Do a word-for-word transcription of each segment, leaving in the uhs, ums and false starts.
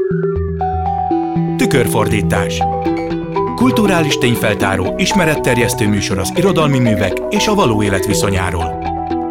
Tükörfordítás. Kulturális tényfeltáró, ismeretterjesztő műsor az irodalmi művek és a való élet viszonyáról.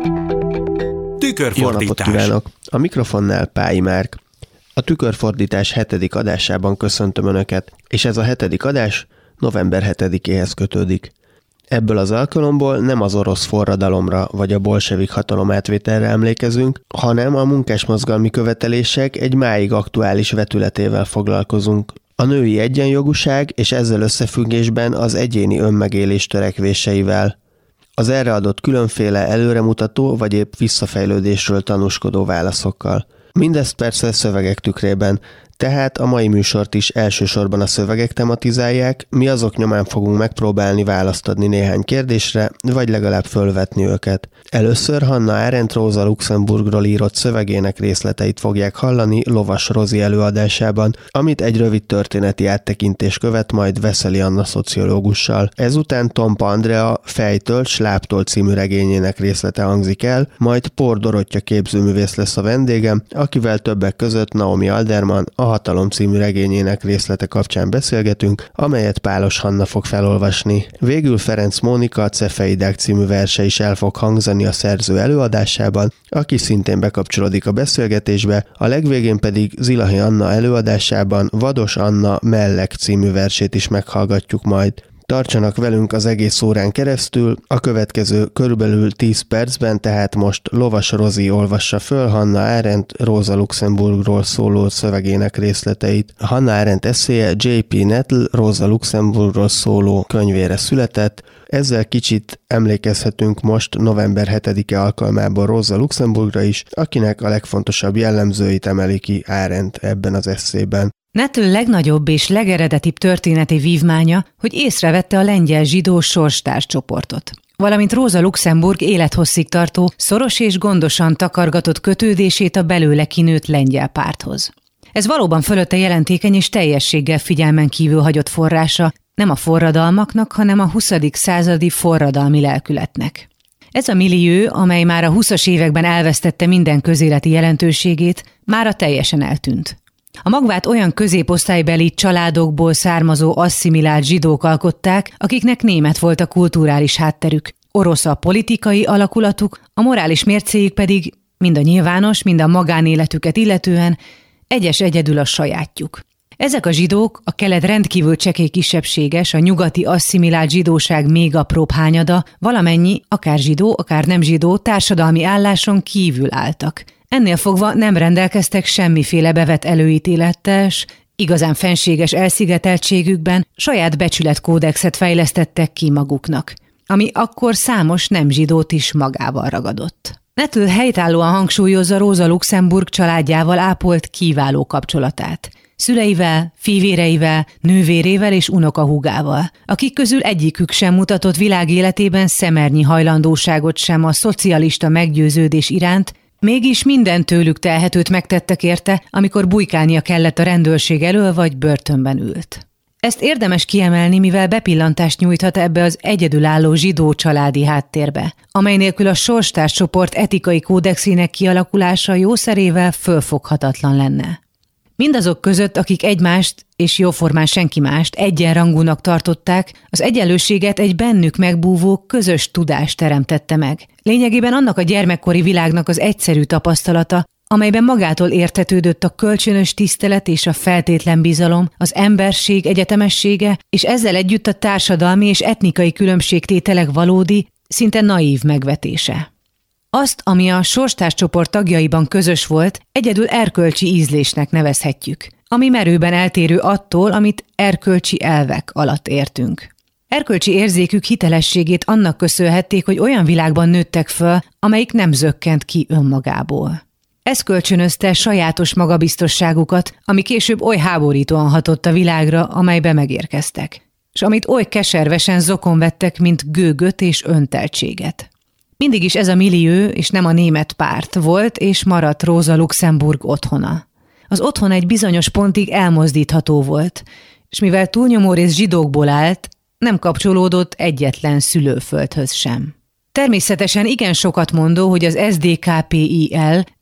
Tükörfordítás. Jó napot kívánok! A mikrofonnál Pályi Márk. A Tükörfordítás hetedik adásában köszöntöm Önöket, és ez a hetedik adás november hetedikéhez kötődik. Ebből az alkalomból nem az orosz forradalomra vagy a bolsevik hatalomátvételre emlékezünk, hanem a munkásmozgalmi követelések egy máig aktuális vetületével foglalkozunk. A női egyenjogúság és ezzel összefüggésben az egyéni önmegélés törekvéseivel. Az erre adott különféle előremutató vagy épp visszafejlődésről tanúskodó válaszokkal. Mindezt persze szövegek tükrében, tehát a mai műsort is elsősorban a szövegek tematizálják, mi azok nyomán fogunk megpróbálni választ adni néhány kérdésre, vagy legalább fölvetni őket. Először Hannah Arendt Rosa Luxemburgról írott szövegének részleteit fogják hallani Lovas Rozi előadásában, amit egy rövid történeti áttekintés követ majd Veszeli Anna szociológussal. Ezután Tompa Andrea Fejtől Sláptól című regényének részlete hangzik el, majd Por Dorottya képzőművész lesz a vendégem, akivel többek között Naomi Alderman a Hatalom című regényének részlete kapcsán beszélgetünk, amelyet Pálos Hanna fog felolvasni. Végül Ferenc Mónika a Cefeidák című verse is el fog hangzani a szerző előadásában, aki szintén bekapcsolódik a beszélgetésbe, a legvégén pedig Zilahi Anna előadásában Vados Anna Mellek című versét is meghallgatjuk majd. Tartsanak velünk az egész órán keresztül, a következő körülbelül tíz percben, tehát most Lovas Rozi olvassa föl Hannah Arendt Rosa Luxemburgról szóló szövegének részleteit. Hannah Arendt eszéje jé pé Nettle Rosa Luxemburgról szóló könyvére született, ezzel kicsit emlékezhetünk most november hetedike alkalmából Rosa Luxemburgra is, akinek a legfontosabb jellemzőit emeli ki Arendt ebben az esszében. Nettle legnagyobb és legeredetibb történeti vívmánya, hogy észrevette a lengyel zsidó sorstárs csoportot, valamint Rosa Luxemburg élethosszig tartó, szoros és gondosan takargatott kötődését a belőle kinőtt lengyel párthoz. Ez valóban fölötte jelentékeny és teljességgel figyelmen kívül hagyott forrása nem a forradalmaknak, hanem a huszadik századi forradalmi lelkületnek. Ez a millió, amely már a huszas években elvesztette minden közéleti jelentőségét, mára teljesen eltűnt. A magvát olyan középosztálybeli családokból származó asszimilált zsidók alkották, akiknek német volt a kulturális hátterük, orosz a politikai alakulatuk, a morális mércéjük pedig mind a nyilvános, mind a magánéletüket illetően egyes egyedül a sajátjuk. Ezek a zsidók, a kelet rendkívül csekély kisebbséges, a nyugati asszimilált zsidóság még apróbb hányada, valamennyi, akár zsidó, akár nem zsidó társadalmi álláson kívül álltak. Ennél fogva nem rendelkeztek semmiféle bevett előítélettel, s igazán fenséges elszigeteltségükben saját becsületkódexet fejlesztettek ki maguknak, ami akkor számos nem zsidót is magával ragadott. Nettle helytállóan hangsúlyozza Rosa Luxemburg családjával ápolt kiváló kapcsolatát. Szüleivel, fivéreivel, nővérével és unokahúgával, akik közül egyikük sem mutatott világéletében szemernyi hajlandóságot sem a szocialista meggyőződés iránt, mégis minden tőlük telhetőt megtettek érte, amikor bujkálnia kellett a rendőrség elől vagy börtönben ült. Ezt érdemes kiemelni, mivel bepillantást nyújthat ebbe az egyedülálló zsidó családi háttérbe, amely nélkül a sorstárs csoport etikai kódexének kialakulása jószerével fölfoghatatlan lenne. Mindazok között, akik egymást, és jóformán senki mást egyenrangúnak tartották, az egyenlőséget egy bennük megbúvó közös tudás teremtette meg. Lényegében annak a gyermekkori világnak az egyszerű tapasztalata, amelyben magától értetődött a kölcsönös tisztelet és a feltétlen bizalom, az emberség egyetemessége, és ezzel együtt a társadalmi és etnikai különbségtételek valódi, szinte naív megvetése. Azt, ami a sorstárscsoport tagjaiban közös volt, egyedül erkölcsi ízlésnek nevezhetjük, ami merőben eltérő attól, amit erkölcsi elvek alatt értünk. Erkölcsi érzékük hitelességét annak köszönhették, hogy olyan világban nőttek föl, amelyik nem zökkent ki önmagából. Ez kölcsönözte sajátos magabiztosságukat, ami később oly háborítóan hatott a világra, amelybe megérkeztek, és amit oly keservesen zokon vettek, mint gőgöt és önteltséget. Mindig is ez a millió, és nem a német párt volt, és maradt Rosa Luxemburg otthona. Az otthon egy bizonyos pontig elmozdítható volt, és mivel túlnyomó rész zsidókból állt, nem kapcsolódott egyetlen szülőföldhöz sem. Természetesen igen sokat mondó, hogy az es zé ká pé i el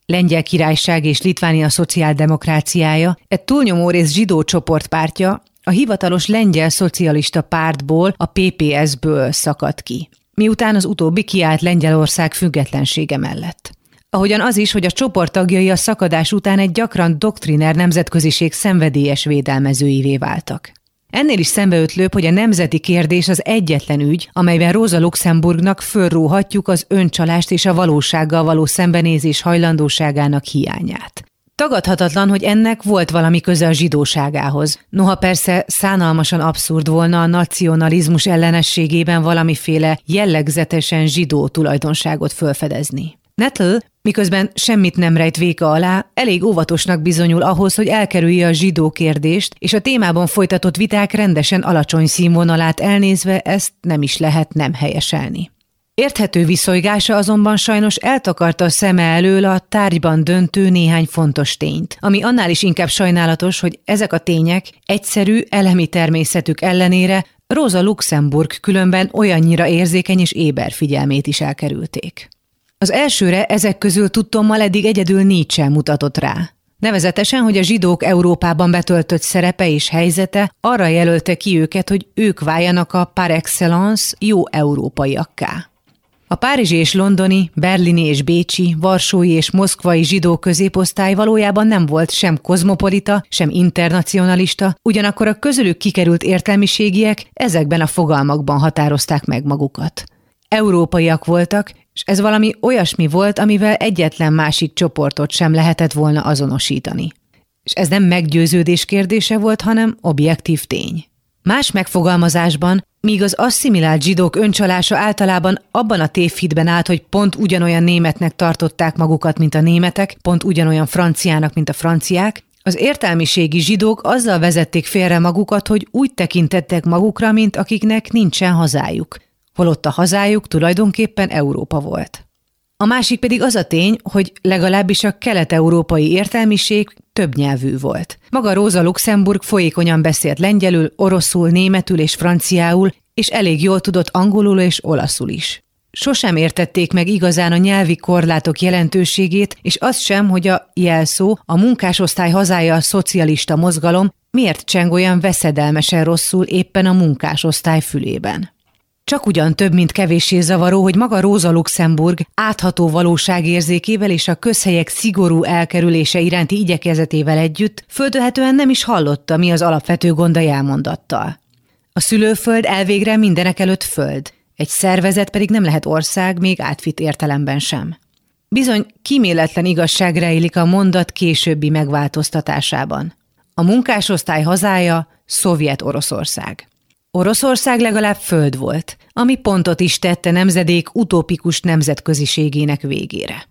Lengyel Királyság és Litvánia szociáldemokráciája, egy túlnyomó rész zsidó csoportpártja a hivatalos lengyel szocialista pártból, a pé pé es-ből szakadt ki, miután az utóbbi kiállt Lengyelország függetlensége mellett. Ahogyan az is, hogy a csoport tagjai a szakadás után egy gyakran doktriner nemzetköziség szenvedélyes védelmezőivé váltak. Ennél is szembeötlőbb, hogy a nemzeti kérdés az egyetlen ügy, amelyben Rosa Luxemburgnak fölróhatjuk az öncsalást és a valósággal való szembenézés hajlandóságának hiányát. Tagadhatatlan, hogy ennek volt valami köze a zsidóságához. Noha persze szánalmasan abszurd volna a nacionalizmus ellenességében valamiféle jellegzetesen zsidó tulajdonságot fölfedezni. Nettle, miközben semmit nem rejt véka alá, elég óvatosnak bizonyul ahhoz, hogy elkerülje a zsidó kérdést, és a témában folytatott viták rendesen alacsony színvonalát elnézve ezt nem is lehet nem helyeselni. Érthető viszolygása azonban sajnos eltakarta a szeme elől a tárgyban döntő néhány fontos tényt, ami annál is inkább sajnálatos, hogy ezek a tények egyszerű, elemi természetük ellenére Rosa Luxemburg különben olyannyira érzékeny és éber figyelmét is elkerülték. Az elsőre ezek közül tudtommal eddig egyedül Nietzsche mutatott rá. Nevezetesen, hogy a zsidók Európában betöltött szerepe és helyzete arra jelölte ki őket, hogy ők váljanak a par excellence jó európaiakká. A párizsi és londoni, berlini és bécsi, varsói és moszkvai zsidó középosztály valójában nem volt sem kozmopolita, sem internacionalista, ugyanakkor a közülük kikerült értelmiségiek ezekben a fogalmakban határozták meg magukat. Európaiak voltak, és ez valami olyasmi volt, amivel egyetlen másik csoportot sem lehetett volna azonosítani. És ez nem meggyőződés kérdése volt, hanem objektív tény. Más megfogalmazásban, míg az asszimilált zsidók öncsalása általában abban a tévhitben állt, hogy pont ugyanolyan németnek tartották magukat, mint a németek, pont ugyanolyan franciának, mint a franciák, az értelmiségi zsidók azzal vezették félre magukat, hogy úgy tekintettek magukra, mint akiknek nincsen hazájuk, holott a hazájuk tulajdonképpen Európa volt. A másik pedig az a tény, hogy legalábbis a kelet-európai értelmiség többnyelvű volt. Maga Rosa Luxemburg folyékonyan beszélt lengyelül, oroszul, németül és franciául, és elég jól tudott angolul és olaszul is. Sosem értették meg igazán a nyelvi korlátok jelentőségét, és azt sem, hogy a jelszó, a munkásosztály hazája a szocialista mozgalom miért cseng olyan veszedelmesen rosszul éppen a munkásosztály fülében. Csak ugyan több, mint kevéssé zavaró, hogy maga Rosa Luxemburg átható valóságérzékével és a közhelyek szigorú elkerülése iránti igyekezetével együtt földölhetően nem is hallotta, mi az alapvető gond a jelmondattal. A szülőföld elvégre mindenekelőtt föld, egy szervezet pedig nem lehet ország, még átvitt értelemben sem. Bizony kíméletlen igazság rejlik a mondat későbbi megváltoztatásában. A munkásosztály hazája Szovjet-Oroszország. Oroszország legalább föld volt, ami pontot is tette nemzedék utópikus nemzetköziségének végére.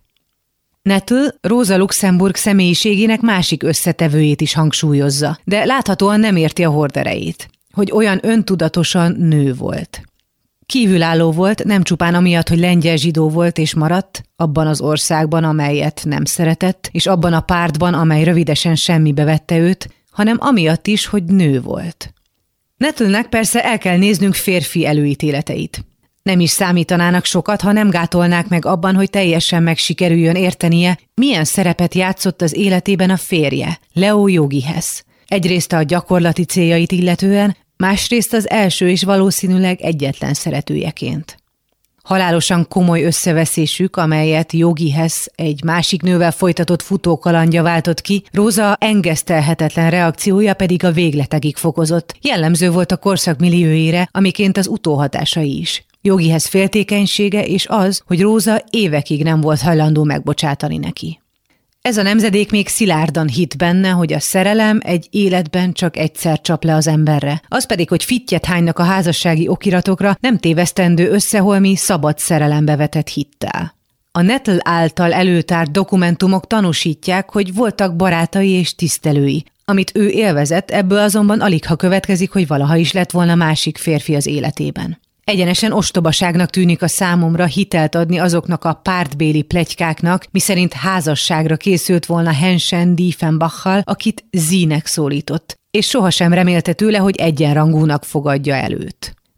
Nettle Rosa Luxemburg személyiségének másik összetevőjét is hangsúlyozza, de láthatóan nem érti a horderejét, hogy olyan öntudatosan nő volt. Kívülálló volt, nem csupán amiatt, hogy lengyel zsidó volt és maradt, abban az országban, amelyet nem szeretett, és abban a pártban, amely rövidesen semmibe vette őt, hanem amiatt is, hogy nő volt. Nettle-nek persze el kell néznünk férfi előítéleteit. Nem is számítanának sokat, ha nem gátolnák meg abban, hogy teljesen megsikerüljön értenie, milyen szerepet játszott az életében a férje, Leo Jogihes. Egyrészt a gyakorlati céljait illetően, másrészt az első és valószínűleg egyetlen szeretőjeként. Halálosan komoly összeveszésük, amelyet Jogihes egy másik nővel folytatott futókalandja váltott ki, Rosa engesztelhetetlen reakciója pedig a végletekig fokozott. Jellemző volt a korszak milliójére, amiként az utóhatásai is. Jogihes féltékenysége és az, hogy Rosa évekig nem volt hajlandó megbocsátani neki. Ez a nemzedék még szilárdan hitt benne, hogy a szerelem egy életben csak egyszer csap le az emberre. Az pedig, hogy fittyet hánynak a házassági okiratokra, nem tévesztendő összeholmi szabad szerelembe vetett hittel. A Nettle által előtárt dokumentumok tanúsítják, hogy voltak barátai és tisztelői. Amit ő élvezett, ebből azonban aligha következik, hogy valaha is lett volna másik férfi az életében. Egyenesen ostobaságnak tűnik a számomra hitelt adni azoknak a pártbéli pletykáknak, miszerint házasságra készült volna Henschen Diefenbachal, akit Zínek szólított, és sohasem remélte tőle, hogy egyenrangúnak fogadja el őt.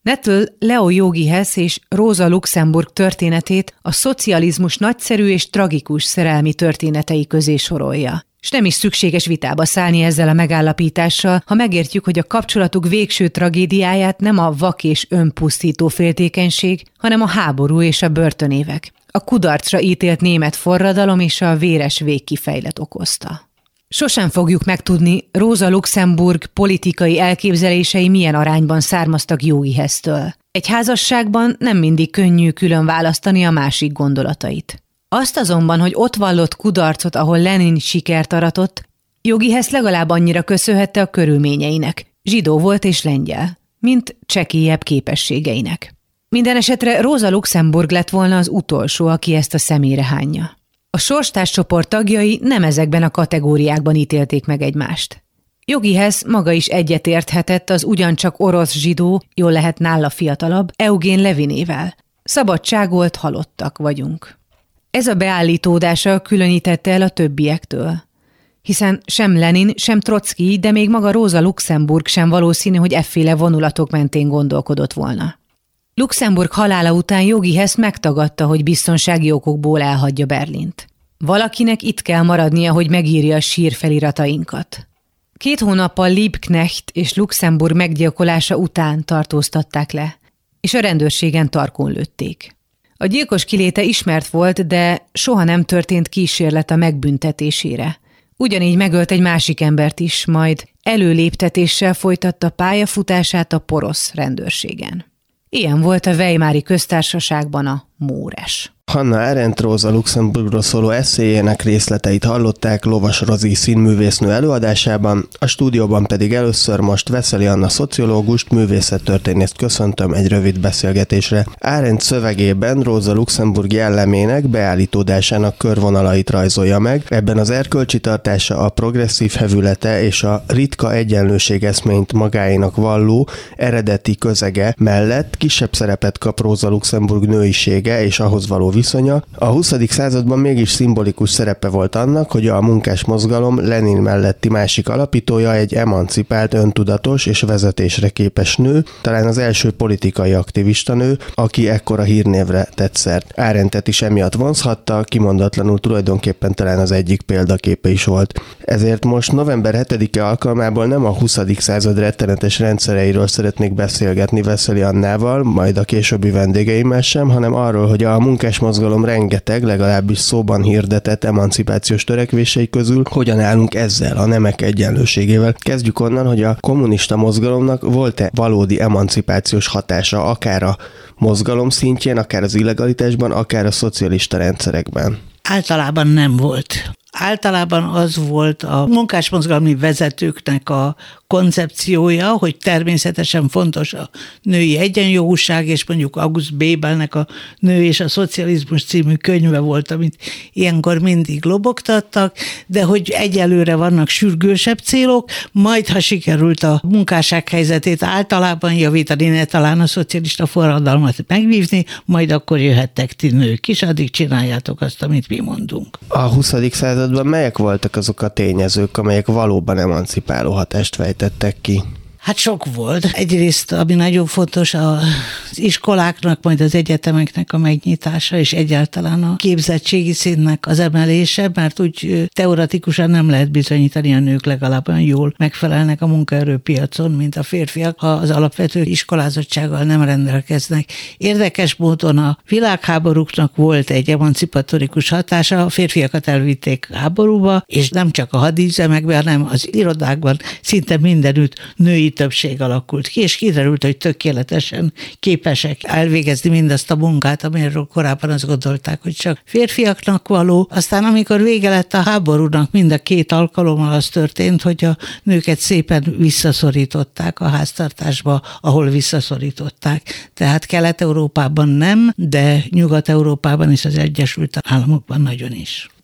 Nettől Leo Jogihez és Rosa Luxemburg történetét a szocializmus nagyszerű és tragikus szerelmi történetei közé sorolja. És nem is szükséges vitába szállni ezzel a megállapítással, ha megértjük, hogy a kapcsolatuk végső tragédiáját nem a vak és önpusztító féltékenység, hanem a háború és a börtönévek, a kudarcra ítélt német forradalom és a véres végkifejlet okozta. Sosem fogjuk megtudni, Rosa Luxemburg politikai elképzelései milyen arányban származtak Jogiheztől. Egy házasságban nem mindig könnyű külön választani a másik gondolatait. Azt azonban, hogy ott vallott kudarcot, ahol Lenin sikert aratott, Jogihez legalább annyira köszönhette a körülményeinek. Zsidó volt és lengyel, mint csekélyebb képességeinek. Minden esetre Rosa Luxemburg lett volna az utolsó, aki ezt a szemére hányja. A sorstárscsoport tagjai nem ezekben a kategóriákban ítélték meg egymást. Jogihez maga is egyetérthetett az ugyancsak orosz zsidó, jól lehet nála fiatalabb, Eugén Levinével. Szabadságolt halottak vagyunk. Ez a beállítódása különítette el a többiektől. Hiszen sem Lenin, sem Trocki, de még maga Rosa Luxemburg sem valószínű, hogy efféle vonulatok mentén gondolkodott volna. Luxemburg halála után Jogihez megtagadta, hogy biztonsági okokból elhagyja Berlint. Valakinek itt kell maradnia, hogy megírja a sírfeliratainkat. Két hónappal Liebknecht és Luxemburg meggyilkolása után tartóztatták le, és a rendőrségen tarkón lőtték. A gyilkos kiléte ismert volt, de soha nem történt kísérlet a megbüntetésére. Ugyanígy megölt egy másik embert is, majd előléptetéssel folytatta pályafutását a porosz rendőrségen. Ilyen volt a Weimari köztársaságban a Móres. Hannah Arendt Rosa Luxemburgról szóló esszéjének részleteit hallották Lovas Rozi színművésznő előadásában, a stúdióban pedig először most Veszeli Anna szociológust, művészettörténészt köszöntöm egy rövid beszélgetésre. Arendt szövegében Rosa Luxemburg jellemének, beállítódásának körvonalait rajzolja meg, ebben az erkölcsi tartása, a progresszív hevülete és a ritka egyenlőségeszményt magáénak valló eredeti közege mellett kisebb szerepet kap Rosa Luxemburg nőisége és ahhoz való viszonya. A huszadik században mégis szimbolikus szerepe volt annak, hogy a munkásmozgalom Lenin melletti másik alapítója egy emancipált, öntudatos és vezetésre képes nő, talán az első politikai aktivista nő, aki ekkora hírnévre tett szert. Arendtet is emiatt vonzhatta, kimondatlanul tulajdonképpen talán az egyik példaképe is volt. Ezért most november hetedike alkalmából nem a huszadik század rettenetes rendszereiről szeretnék beszélgetni Veszeli Annával, majd a későbbi vendégeimmel sem, hanem arról, hogy a munkás mozgalom rengeteg, legalábbis szóban hirdetett emancipációs törekvései közül hogyan állunk ezzel, a nemek egyenlőségével. Kezdjük onnan, hogy a kommunista mozgalomnak volt-e valódi emancipációs hatása, akár a mozgalom szintjén, akár az illegalitásban, akár a szocialista rendszerekben? Általában nem volt. Általában az volt a munkásmozgalmi vezetőknek a koncepciója, hogy természetesen fontos a női egyenjogúság, és mondjuk August Bebelnek a Nő és a szocializmus című könyve volt, amit ilyenkor mindig lobogtattak, de hogy egyelőre vannak sürgősebb célok, majd ha sikerült a munkásság helyzetét általában javítani, ne talán a szocialista forradalmat megvívni, majd akkor jöhettek ti nők is, addig csináljátok azt, amit mi mondunk. A huszadik században melyek voltak azok a tényezők, amelyek valóban emancipáló hatást fejtettek ki? Hát sok volt. Egyrészt, ami nagyon fontos, az iskoláknak, majd az egyetemeknek a megnyitása, és egyáltalán a képzettségi szintnek az emelése, mert úgy teoretikusan nem lehet bizonyítani, a nők legalább olyan jól megfelelnek a munkaerőpiacon, mint a férfiak, ha az alapvető iskolázottsággal nem rendelkeznek. Érdekes módon a világháborúknak volt egy emancipatorikus hatása, a férfiakat elvitték háborúba, és nem csak a hadüzemekben, hanem az irodákban szinte mindenütt női többség alakult ki, és kiderült, hogy tökéletesen képesek elvégezni mindazt a munkát, amiről korábban azt gondolták, hogy csak férfiaknak való. Aztán amikor vége lett a háborúnak, mind a két alkalommal az történt, hogy a nőket szépen visszaszorították a háztartásba, ahol visszaszorították. Tehát Kelet-Európában nem, de Nyugat-Európában és az Egyesült Államokban nagyon is.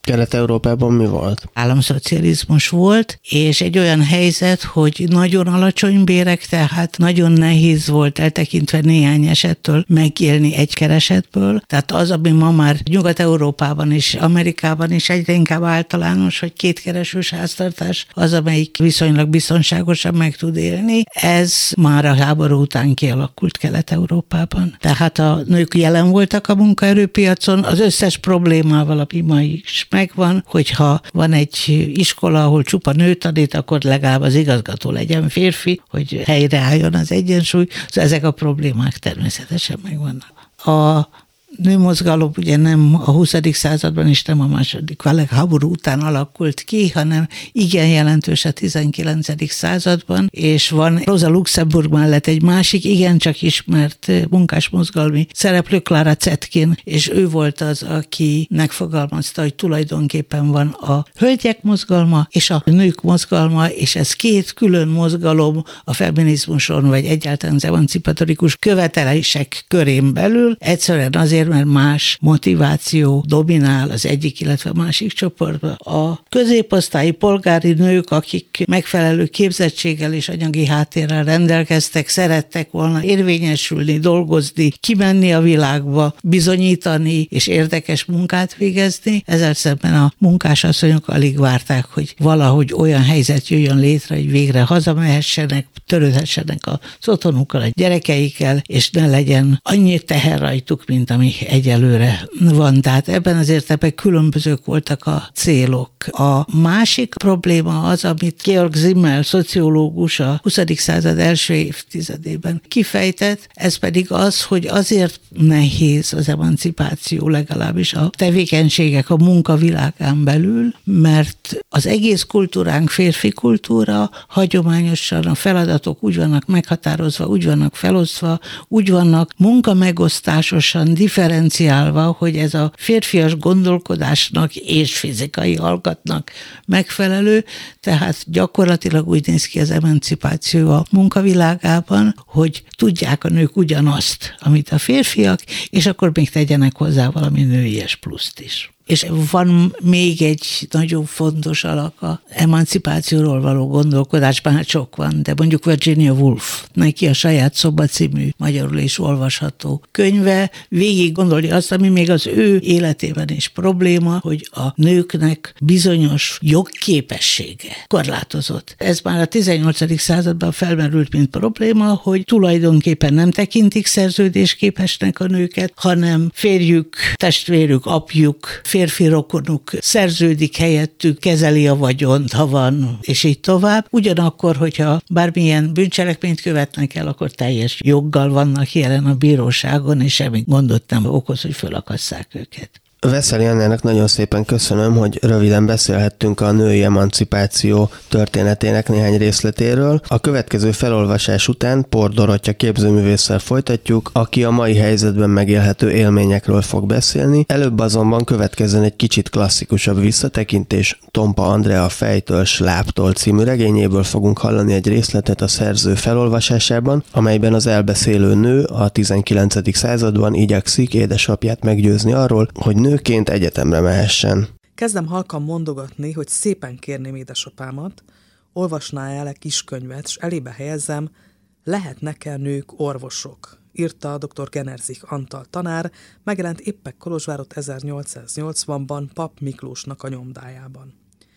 Kelet-Európában mi volt? Államszocializmus volt, és egy olyan helyzet, hogy nagyon alacsony bérek, tehát nagyon nehéz volt eltekintve néhány esettől megélni egy keresetből. Tehát az, ami ma már Nyugat-Európában és Amerikában is egyre inkább általános, hogy kétkeresős háztartás az, amelyik viszonylag biztonságosan meg tud élni, ez már a háború után kialakult Kelet-Európában. Tehát a nők jelen voltak a munkaerőpiacon, az összes problémával, ami ma is megvan, hogyha van egy iskola, ahol csupa nő tanít, akkor legalább az igazgató legyen férfi, hogy helyreálljon az egyensúly. Szóval ezek a problémák természetesen megvannak. A nőmozgalom ugye nem a huszadik században és nem a második világháború után alakult ki, hanem igen jelentős a tizenkilencedik században, és van Rosa Luxemburg mellett egy másik igencsak ismert munkásmozgalmi szereplő, Clara Zetkin, és ő volt az, aki megfogalmazta, hogy tulajdonképpen van a hölgyek mozgalma és a nők mozgalma, és ez két külön mozgalom a feminizmuson, vagy egyáltalán az emancipatorikus követelések körén belül, egyszerűen azért, mert más motiváció dominál az egyik, illetve a másik csoportban. A középosztályi polgári nők, akik megfelelő képzettséggel és anyagi háttérrel rendelkeztek, szerettek volna érvényesülni, dolgozni, kimenni a világba, bizonyítani és érdekes munkát végezni. Ezzel szemben a munkásasszonyok alig várták, hogy valahogy olyan helyzet jöjjön létre, hogy végre hazamehessenek, törődhessenek az otthonukkal, a gyerekeikkel, és ne legyen annyi teher rajtuk, mint ami egyelőre van. Tehát ebben az értelemben különbözők voltak a célok. A másik probléma az, amit Georg Simmel, szociológus a huszadik század első évtizedében kifejtett, ez pedig az, hogy azért nehéz az emancipáció, legalábbis a tevékenységek a munkavilágán belül, mert az egész kultúránk férfi kultúra, hagyományosan a feladatok úgy vannak meghatározva, úgy vannak felosztva, úgy vannak munkamegosztásosan differenciálva, hogy ez a férfias gondolkodásnak és fizikai alkatnak megfelelő, tehát gyakorlatilag úgy néz ki az emancipáció a munkavilágában, hogy tudják a nők ugyanazt, amit a férfiak, és akkor még tegyenek hozzá valami nőies pluszt is. És van még egy nagyon fontos alak a emancipációról való gondolkodásban, hát sok van, de mondjuk Virginia Woolf, neki a Saját szoba című magyarul is olvasható könyve, végig gondolni azt, ami még az ő életében is probléma, hogy a nőknek bizonyos jogképessége korlátozott. Ez már a tizennyolcadik században felmerült, mint probléma, hogy tulajdonképpen nem tekintik szerződésképesnek a nőket, hanem férjük, testvérük, apjuk, férfi rokonuk szerződik helyettük, kezeli a vagyont, ha van, és így tovább. Ugyanakkor, hogyha bármilyen bűncselekményt követnek el, akkor teljes joggal vannak jelen a bíróságon, és semmi gondot nem okoz, hogy fölakasszák őket. Veszeli Annának nagyon szépen köszönöm, hogy röviden beszélhettünk a női emancipáció történetének néhány részletéről. A következő felolvasás után Por Dorottya képzőművésszel folytatjuk, aki a mai helyzetben megélhető élményekről fog beszélni. Előbb azonban következzen egy kicsit klasszikusabb visszatekintés. Tompa Andrea Fejtől Sláptól című regényéből fogunk hallani egy részletet a szerző felolvasásában, amelyben az elbeszélő nő a tizenkilencedik században igyekszik édesapját meggyőzni arról, hogy nőként egyetemre mehessen. Kezdem halkan mondogatni, hogy szépen kérném édesapámat, olvasná el egy kis könyvet, s elébe helyezzem, lehetnek-e nők orvosok, írta dr. Generzich Antal tanár, megjelent éppen Kolozsvárott ezernyolcszáznyolcvanban Pap Miklósnak a nyomdájában.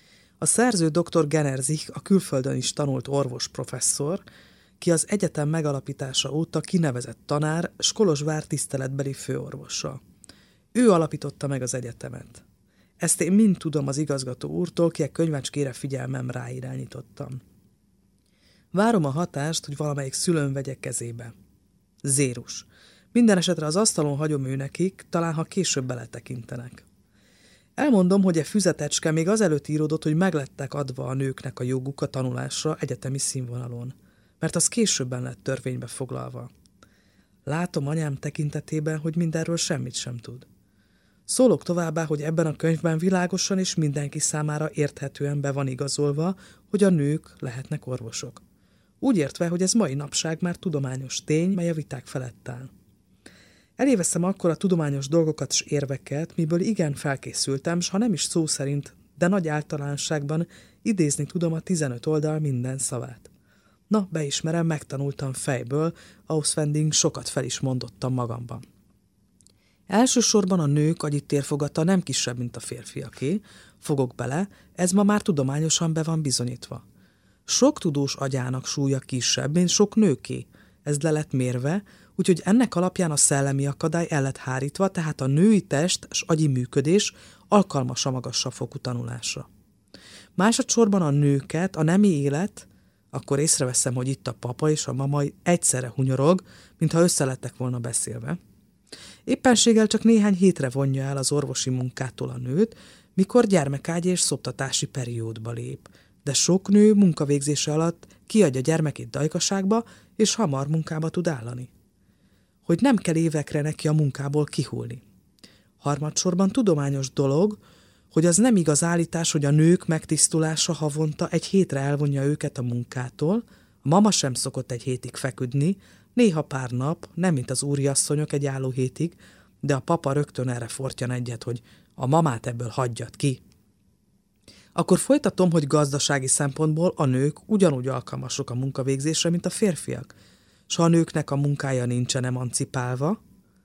A szerző dr. Generzich a külföldön is tanult orvos professzor, ki az egyetem megalapítása óta kinevezett tanár, s Kolozsvár tiszteletbeli főorvosa. Ő alapította meg az egyetemet. Ezt én mind tudom az igazgató úrtól, ki a könyvecskére figyelmem ráirányítottam. Várom a hatást, hogy valamelyik szülőm vegye kezébe. Zérus. Minden esetre az asztalon hagyom ő nekik, talán ha később beletekintenek. Elmondom, hogy e füzetecske még azelőtt íródott, hogy meglettek adva a nőknek a joguk a tanulásra egyetemi színvonalon, mert az későbben lett törvénybe foglalva. Látom anyám tekintetében, hogy mindenről semmit sem tud. Szólok továbbá, hogy ebben a könyvben világosan és mindenki számára érthetően be van igazolva, hogy a nők lehetnek orvosok. Úgy értve, hogy ez mai napság már tudományos tény, mely a viták felett áll. Eléveszem akkor a tudományos dolgokat és érveket, miből igen felkészültem, s ha nem is szó szerint, de nagy általánosságban idézni tudom a tizenöt oldal minden szavát. Na, beismerem, megtanultam fejből, Auswendig sokat fel is mondottam magamban. Elsősorban a nők agyitérfogata nem kisebb, mint a férfiaké, fogok bele, ez ma már tudományosan be van bizonyítva. Sok tudós agyának súlya kisebb, mint sok nőké, ez le lett mérve, úgyhogy ennek alapján a szellemi akadály el lett hárítva, tehát a női test és agyi működés alkalmas a magasabb fokú tanulásra. Másodszorban a nőket, a nemi élet, akkor észreveszem, hogy itt a papa és a mama egyszerre hunyorog, mintha össze lettek volna beszélve. Éppenséggel csak néhány hétre vonja el az orvosi munkától a nőt, mikor gyermekágyi és szoptatási periódba lép, de sok nő munkavégzése alatt kiadja gyermekét dajkaságba, és hamar munkába tud állani. Hogy nem kell évekre neki a munkából kihulni. Harmadsorban tudományos dolog, hogy az nem igaz állítás, hogy a nők megtisztulása havonta egy hétre elvonja őket a munkától, a mama sem szokott egy hétig feküdni, néha pár nap, nem mint az úriasszonyok egy álló hétig, de a papa rögtön erre fortyan egyet, hogy a mamát ebből hagyjad ki. Akkor folytatom, hogy gazdasági szempontból a nők ugyanúgy alkalmasok a munkavégzésre, mint a férfiak. S ha a nőknek a munkája nincsen emancipálva,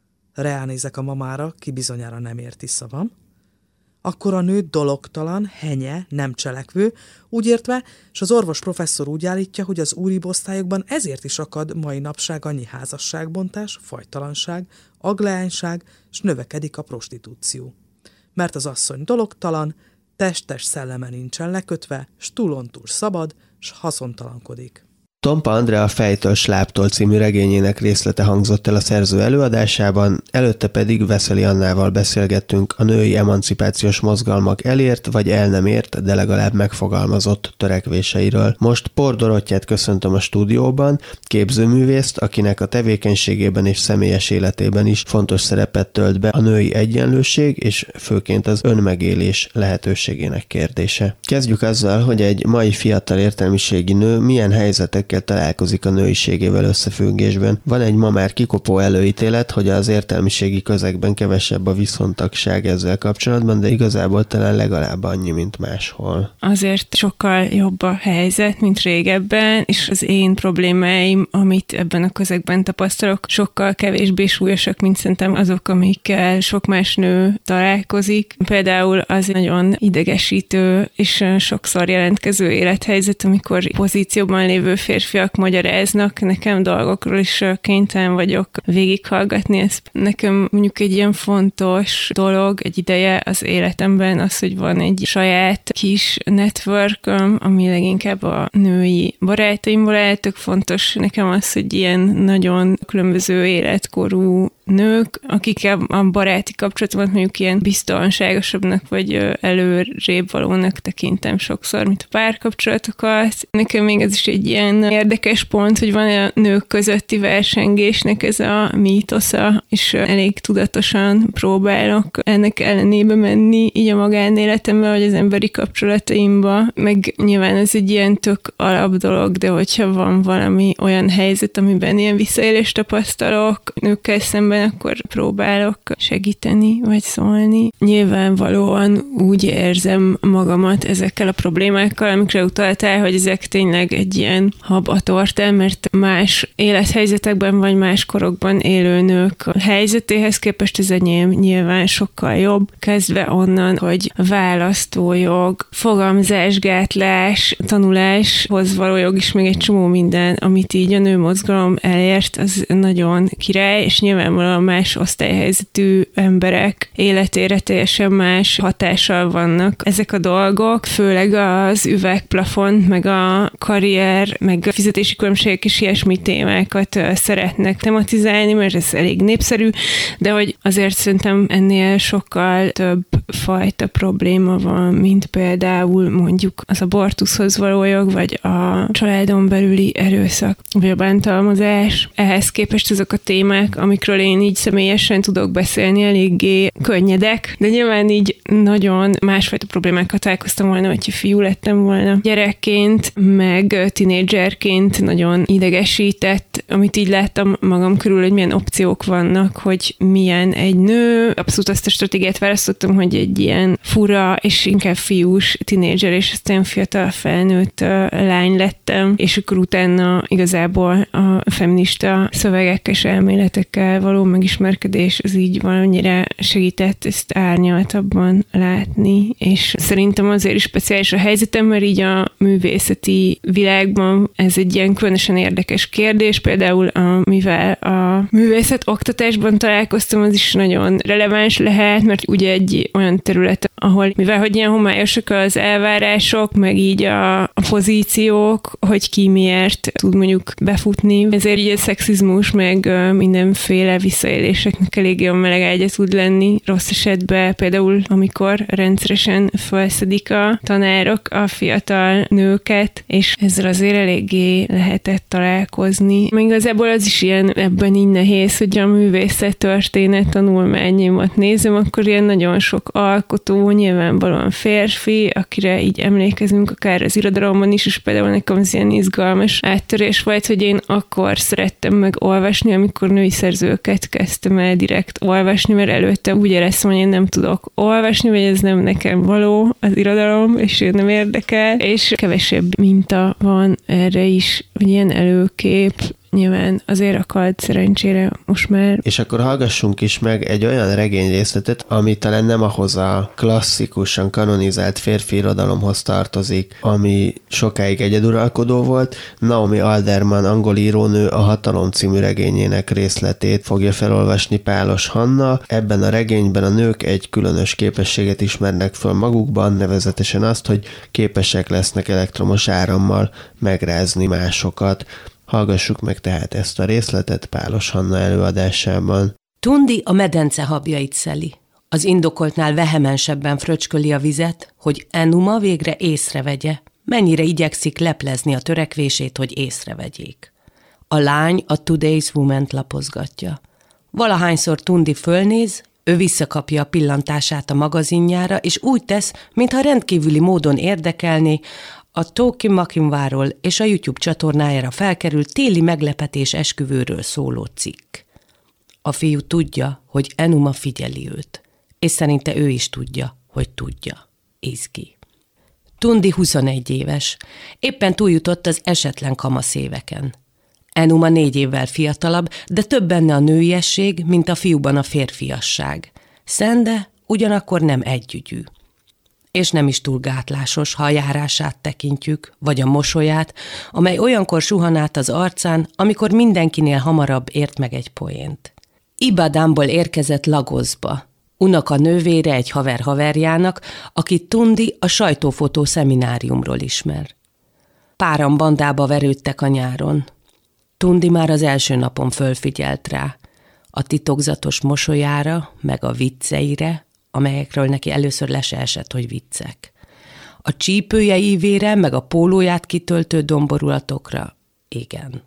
ránézek a mamára, ki bizonyára nem érti szavam, akkor a nő dologtalan, henye, nem cselekvő, úgy értve, és az orvos professzor úgy állítja, hogy az úribb osztályokban ezért is akad mai napság annyi házasságbontás, fajtalanság, agleányság, és növekedik a prostitúció. Mert az asszony dologtalan, testes szelleme nincsen lekötve, s túlontúl szabad, s haszontalankodik. Tompa Andrea Fejtől Sláptól című regényének részlete hangzott el a szerző előadásában, előtte pedig Veszeli Annával beszélgettünk a női emancipációs mozgalmak elért vagy el nem ért, de legalább megfogalmazott törekvéseiről. Most Por Dorottyát köszöntöm a stúdióban, képzőművészt, akinek a tevékenységében és személyes életében is fontos szerepet tölt be a női egyenlőség és főként az önmegélés lehetőségének kérdése. Kezdjük azzal, hogy egy mai fiatal értelmiségi nő milyen helyzetek találkozik a nőiségével összefüggésben. Van egy ma már kikopó előítélet, hogy az értelmiségi közegben kevesebb a viszontagság ezzel kapcsolatban, de igazából talán legalább annyi, mint máshol. Azért sokkal jobb a helyzet, mint régebben, és az én problémáim, amit ebben a közegben tapasztalok, sokkal kevésbé súlyosak, mint szerintem azok, amikkel sok más nő találkozik. Például az nagyon idegesítő és sokszor jelentkező élethelyzet, amikor pozícióban lévő férfiak magyaráznak nekem dolgokról, és kénytelen vagyok végighallgatni ezt. Nekem mondjuk egy ilyen fontos dolog egy ideje az életemben az, hogy van egy saját kis networköm, ami leginkább a női barátaimból áll. Tök fontos nekem az, hogy ilyen nagyon különböző életkorú nők, akikkel a baráti kapcsolatomat mondjuk ilyen biztonságosabbnak vagy előrébb valónak tekintem sokszor, mint a párkapcsolatokat. Nekem még ez is egy ilyen érdekes pont, hogy van a nők közötti versengésnek ez a mítosza, és elég tudatosan próbálok ennek ellenébe menni így a magánéletembe, vagy az emberi kapcsolataimba, meg nyilván ez egy ilyen tök alap dolog, de hogyha van valami olyan helyzet, amiben ilyen visszaélést tapasztalok nőkkel szemben, akkor próbálok segíteni, vagy szólni. Nyilvánvalóan úgy érzem magamat ezekkel a problémákkal, amikre utaltál, hogy ezek tényleg egy ilyen hab a tortán, mert más élethelyzetekben, vagy más korokban élő nők helyzetéhez képest ez enyém nyilván sokkal jobb, kezdve onnan, hogy választójog, fogamzásgátlás, tanuláshoz való jog is még egy csomó minden, amit így a nőmozgalom elért, az nagyon király, és nyilvánvalóan más osztályhelyzetű emberek életére teljesen más hatással vannak ezek a dolgok, főleg az üvegplafon, meg a karrier, meg a fizetési különbségek és ilyesmi témákat szeretnek tematizálni, mert ez elég népszerű, de hogy azért szerintem ennél sokkal több fajta probléma van, mint például mondjuk az abortuszhoz való jog, vagy a családon belüli erőszak, vagy a bántalmazás. Ehhez képest azok a témák, amikről én így személyesen tudok beszélni, eléggé könnyedek, de nyilván így nagyon másfajta problémákat találkoztam volna, hogyha fiú lettem volna gyerekként, meg tinédzserként nagyon idegesített, amit így láttam magam körül, hogy milyen opciók vannak, hogy milyen egy nő. Abszolút azt a stratégiát választottam, hogy egy ilyen fura és inkább fiús tinédzser, és aztán fiatal felnőtt lány lettem, és akkor utána igazából a feminista szövegekkel és elméletekkel való megismerkedés az így valamire segített ezt árnyaltabban látni, és szerintem azért is speciális a helyzetem, mert így a művészeti világban ez egy ilyen különösen érdekes kérdés, például a, mivel a művészet oktatásban találkoztam, az is nagyon releváns lehet, mert ugye egy olyan terület, ahol mivel hogy ilyen homályosak az elvárások, meg így a, a pozíciók, hogy ki miért tud mondjuk befutni, ezért így a szexizmus, meg mindenféle visszaéléseknek eléggé a melegágya tud lenni rossz esetben, például amikor rendszeresen felszedik a tanárok a fiatal nőket, és ezzel azért eléggé lehetett találkozni. Még igazából az is ilyen ebben így nehéz, hogy a művészet történet tanulmányaimat nézem, akkor ilyen nagyon sok alkotó, nyilvánvalóan férfi, akire így emlékezünk, akár az irodalomban is, és például nekem az ilyen izgalmas áttörés volt, hogy én akkor szerettem meg olvasni, amikor női szerzőket kezdtem el direkt olvasni, mert előtte úgy éreztem, hogy én nem tudok olvasni, vagy ez nem nekem való az irodalom, és én nem érdekel, és kevesebb minta van erre is, vagy ilyen előkép, nyilván azért akad szerencsére most már. És akkor hallgassunk is meg egy olyan regényrészletet, ami talán nem ahhoz a klasszikusan kanonizált férfi irodalomhoz tartozik, ami sokáig egyeduralkodó volt. Naomi Alderman, angol írónő a Hatalom című regényének részletét fogja felolvasni Pálos Hanna. Ebben a regényben a nők egy különös képességet ismernek föl magukban, nevezetesen azt, hogy képesek lesznek elektromos árammal megrázni másokat. Hallgassuk meg tehát ezt a részletet Pálos Hanna előadásában. Tundi a medence habjait szeli. Az indokoltnál vehemensebben fröcsköli a vizet, hogy Enuma végre észrevegye, mennyire igyekszik leplezni a törekvését, hogy észrevegyék. A lány a Today's Woman-t lapozgatja. Valahányszor Tundi fölnéz, ő visszakapja a pillantását a magazinjára, és úgy tesz, mintha rendkívüli módon érdekelné, a Toki Makinváról és a YouTube csatornájára felkerült téli meglepetés esküvőről szóló cikk. A fiú tudja, hogy Enuma figyeli őt, és szerinte ő is tudja, hogy tudja. Izgi. Tundi huszonegy éves. Éppen túljutott az esetlen kamaszéveken. Enuma négy évvel fiatalabb, de több benne a nőiesség, mint a fiúban a férfiasság. Szende ugyanakkor nem együgyű. És nem is túl gátlásos, ha a járását tekintjük, vagy a mosolyát, amely olyankor suhan át az arcán, amikor mindenkinél hamarabb ért meg egy poént. Ibadámból érkezett Lagosba, unoka nővére egy haver haverjának, akit Tundi a sajtófotó szemináriumról ismer. Páran bandába verődtek a nyáron. Tundi már az első napon fölfigyelt rá, a titokzatos mosolyára, meg a vicceire, amelyekről neki először le se esett, hogy viccek. A csípője ívére, meg a pólóját kitöltő domborulatokra, igen.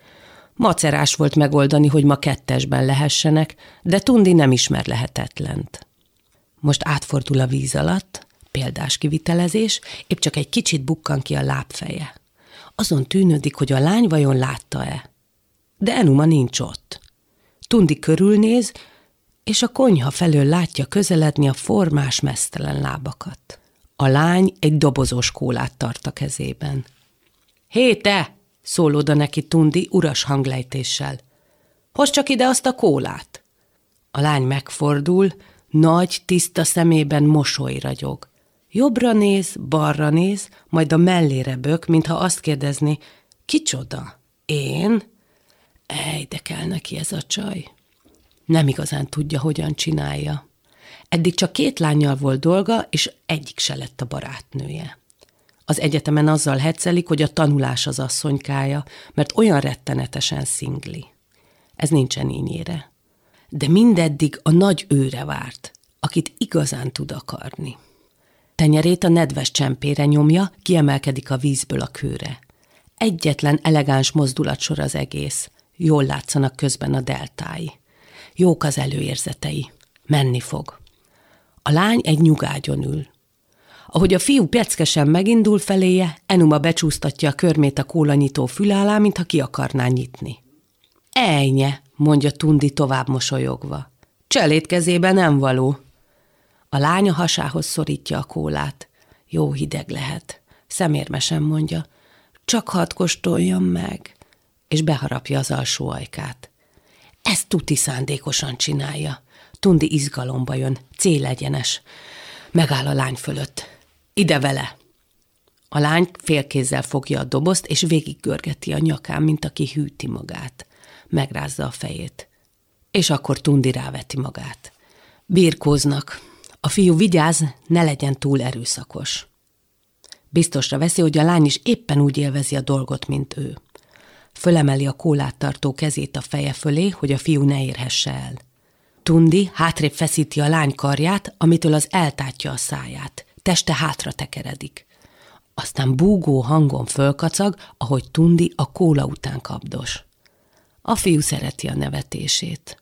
Macerás volt megoldani, hogy ma kettesben lehessenek, de Tundi nem ismer lehetetlent. Most átfordul a víz alatt, példás kivitelezés, épp csak egy kicsit bukkan ki a lábfeje. Azon tűnődik, hogy a lány vajon látta-e. De Enuma nincs ott. Tundi körülnéz, és a konyha felől látja közeledni a formás, meztelen lábakat. A lány egy dobozos kólát tart a kezében. Hé, te! Szól oda neki Tundi uras hanglejtéssel. Hozd csak ide azt a kólát! A lány megfordul, nagy, tiszta szemében mosoly ragyog. Jobbra néz, balra néz, majd a mellére bök, mintha azt kérdezni, kicsoda? Én? Ej, de kell neki ez a csaj. Nem igazán tudja, hogyan csinálja. Eddig csak két lánnyal volt dolga, és egyik se lett a barátnője. Az egyetemen azzal heccelik, hogy a tanulás az asszonykája, mert olyan rettenetesen szingli. Ez nincsen ínyére. De mindeddig a nagy őre várt, akit igazán tud akarni. Tenyerét a nedves csempére nyomja, kiemelkedik a vízből a kőre. Egyetlen elegáns mozdulatsor az egész. Jól látszanak közben a deltái. Jók az előérzetei. Menni fog. A lány egy nyugágyon ül. Ahogy a fiú peckesen megindul feléje, Enuma becsúsztatja a körmét a kólanyitó füle alá, mintha ki akarná nyitni. Ejnye, mondja Tundi tovább mosolyogva. Cselét kezébe nem való. A lány a hasához szorítja a kólát. Jó hideg lehet. Szemérmesen mondja. Csak hadd kóstoljam meg. És beharapja az alsó ajkát. Ezt tuti szándékosan csinálja. Tundi izgalomba jön, célegyenes. Megáll a lány fölött. Ide vele! A lány félkézzel fogja a dobozt, és végiggörgeti a nyakán, mint aki hűti magát. Megrázza a fejét. És akkor Tundi ráveti magát. Birkóznak. A fiú vigyáz, ne legyen túl erőszakos. Biztosra veszi, hogy a lány is éppen úgy élvezi a dolgot, mint ő. Fölemeli a kólát tartó kezét a feje fölé, hogy a fiú ne érhesse el. Tundi hátrébb feszíti a lány karját, amitől az eltátja a száját. Teste hátra tekeredik. Aztán búgó hangon fölkacag, ahogy Tundi a kóla után kapdos. A fiú szereti a nevetését.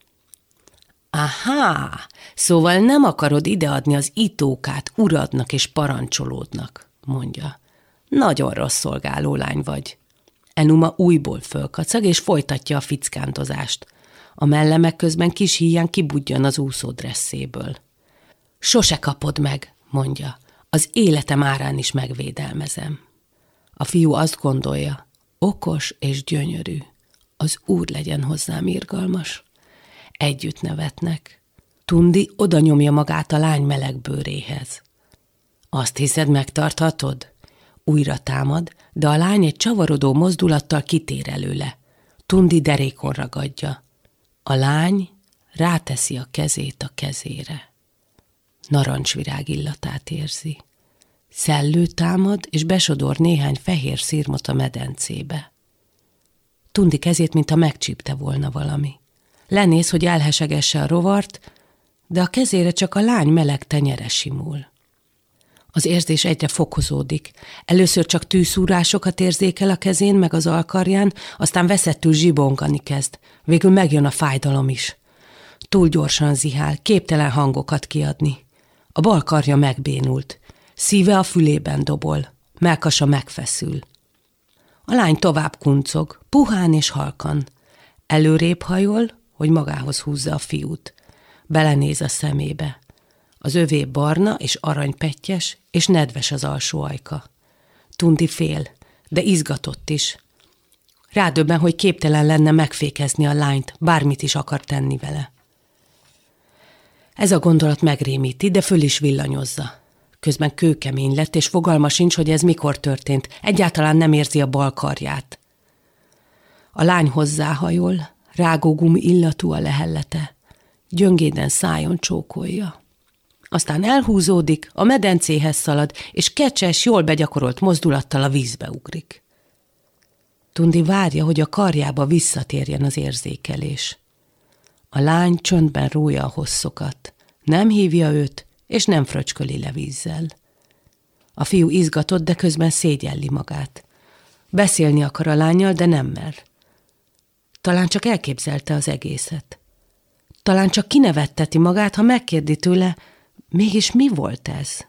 Ahá, szóval nem akarod ideadni az itókát uradnak és parancsolódnak, mondja. Nagyon rossz szolgáló lány vagy. Enuma újból fölkacag és folytatja a fickántozást. A mellemek közben kis híján kibudjan az úszódresszéből. Sose kapod meg, mondja. Az életem árán is megvédelmezem. A fiú azt gondolja, okos és gyönyörű. Az Úr legyen hozzám irgalmas. Együtt nevetnek. Tundi oda nyomja magát a lány meleg bőréhez. Azt hiszed, megtarthatod? Újra támad, de a lány egy csavarodó mozdulattal kitér előle. Tundi derékon ragadja. A lány ráteszi a kezét a kezére. Narancsvirág illatát érzi. Szellő támad, és besodor néhány fehér szirmot a medencébe. Tundi kezét, mintha megcsípte volna valami. Lenéz, hogy elhesegesse a rovart, de a kezére csak a lány meleg tenyere simul. Az érzés egyre fokozódik. Először csak tűszúrásokat érzékel a kezén, meg az alkarján, aztán veszettül zsibongani kezd. Végül megjön a fájdalom is. Túl gyorsan zihál, képtelen hangokat kiadni. A bal karja megbénult. Szíve a fülében dobol. Mellkasa megfeszül. A lány tovább kuncog, puhán és halkan. Előrébb hajol, hogy magához húzza a fiút. Belenéz a szemébe. Az övé barna és aranypettyes, és nedves az alsó ajka. Tundi fél, de izgatott is. Rádöbben, hogy képtelen lenne megfékezni a lányt, bármit is akar tenni vele. Ez a gondolat megrémíti, de föl is villanyozza. Közben kőkemény lett, és fogalma sincs, hogy ez mikor történt. Egyáltalán nem érzi a bal karját. A lány hozzáhajol, rágógumi illatú a lehellete. Gyöngéden szájon csókolja. Aztán elhúzódik, a medencéhez szalad, és kecses, jól begyakorolt mozdulattal a vízbe ugrik. Tundi várja, hogy a karjába visszatérjen az érzékelés. A lány csöndben rója a hosszokat. Nem hívja őt, és nem fröcsköli le vízzel. A fiú izgatott, de közben szégyelli magát. Beszélni akar a lánnyal, de nem mer. Talán csak elképzelte az egészet. Talán csak kinevetteti magát, ha megkérdi tőle, mégis mi volt ez?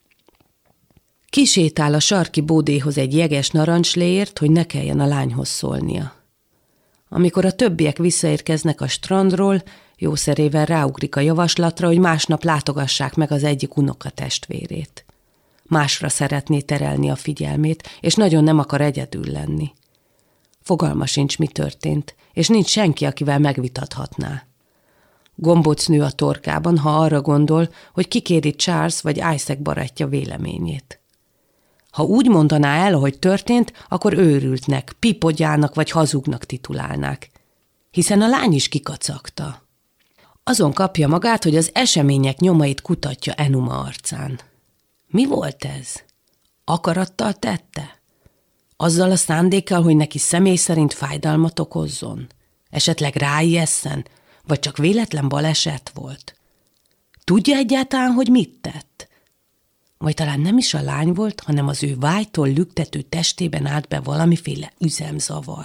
Kisétál a sarki bódéhoz egy jeges narancsléért, hogy ne kelljen a lányhoz szólnia. Amikor a többiek visszaérkeznek a strandról, jószerével ráugrik a javaslatra, hogy másnap látogassák meg az egyik unokatestvérét. Másra szeretné terelni a figyelmét, és nagyon nem akar egyedül lenni. Fogalma sincs, mi történt, és nincs senki, akivel megvitathatná. Gombóc nő a torkában, ha arra gondol, hogy kikéri Charles vagy Isaac barátja véleményét. Ha úgy mondaná el, ahogy történt, akkor őrültnek, pipogyának vagy hazugnak titulálnák. Hiszen a lány is kikacagta. Azon kapja magát, hogy az események nyomait kutatja Enuma arcán. Mi volt ez? Akarattal tette? Azzal a szándékkal, hogy neki személy szerint fájdalmat okozzon? Esetleg ráijesszen? Vagy csak véletlen baleset volt? Tudja egyáltalán, hogy mit tett? Vagy talán nem is a lány volt, hanem az ő vágytól lüktető testében állt be valamiféle üzemzavar.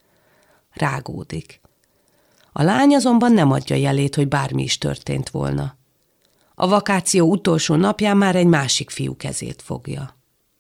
Rágódik. A lány azonban nem adja jelét, hogy bármi is történt volna. A vakáció utolsó napján már egy másik fiú kezét fogja.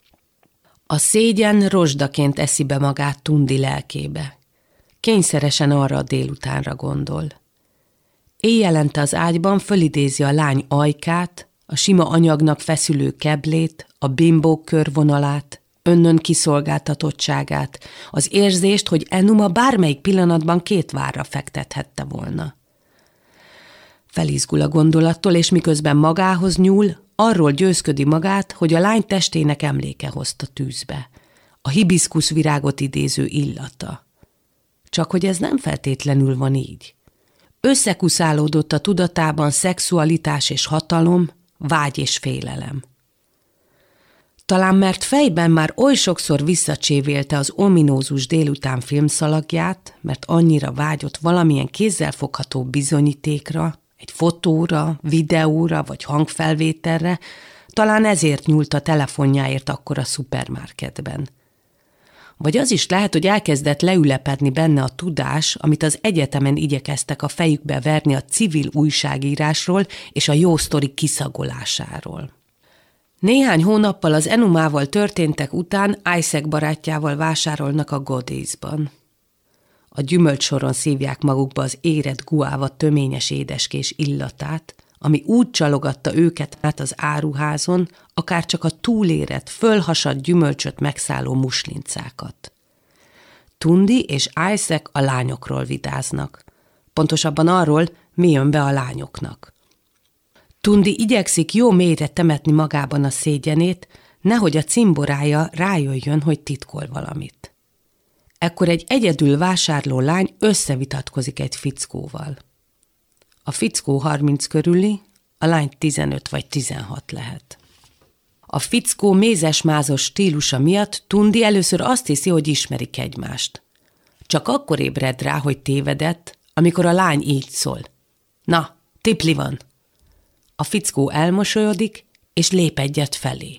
A szégyen rozsdaként eszi be magát Tundi lelkébe. Kényszeresen arra a délutánra gondol. Éjjelente az ágyban fölidézi a lány ajkát, a sima anyagnak feszülő keblét, a bimbók körvonalát, önnön kiszolgáltatottságát, az érzést, hogy Enuma bármelyik pillanatban két várra fektethette volna. Felizgul a gondolattól, és miközben magához nyúl, arról győzködi magát, hogy a lány testének emléke hozta tűzbe. A hibiszkusz virágot idéző illata. Csak hogy ez nem feltétlenül van így. Összekuszálódott a tudatában szexualitás és hatalom, vágy és félelem. Talán mert fejben már oly sokszor visszacsévélte az ominózus délután filmszalagját, mert annyira vágyott valamilyen kézzelfogható bizonyítékra, egy fotóra, videóra vagy hangfelvételre, talán ezért nyúlt a telefonjáért akkor a szupermarketben. Vagy az is lehet, hogy elkezdett leülepedni benne a tudás, amit az egyetemen igyekeztek a fejükbe verni a civil újságírásról és a jó sztori kiszagolásáról. Néhány hónappal az Enumával történtek után Isaac barátjával vásárolnak a Godészban. A gyümölcssoron szívják magukba az érett guáva töményes édeskés illatát, ami úgy csalogatta őket át az áruházon, akár csak a túlérett, fölhasadt gyümölcsöt megszálló muslincákat. Tundi és Isaac a lányokról vitáznak. Pontosabban arról, mi jön be a lányoknak. Tundi igyekszik jó mélyre temetni magában a szégyenét, nehogy a cimborája rájöjjön, hogy titkol valamit. Ekkor egy egyedül vásárló lány összevitatkozik egy fickóval. A fickó harminc körüli, a lány tizenöt vagy tizenhat lehet. A fickó mézes-mázos stílusa miatt Tundi először azt hiszi, hogy ismerik egymást. Csak akkor ébred rá, hogy tévedett, amikor a lány így szól. Na, tipli van! A fickó elmosolyodik, és lép egyet felé.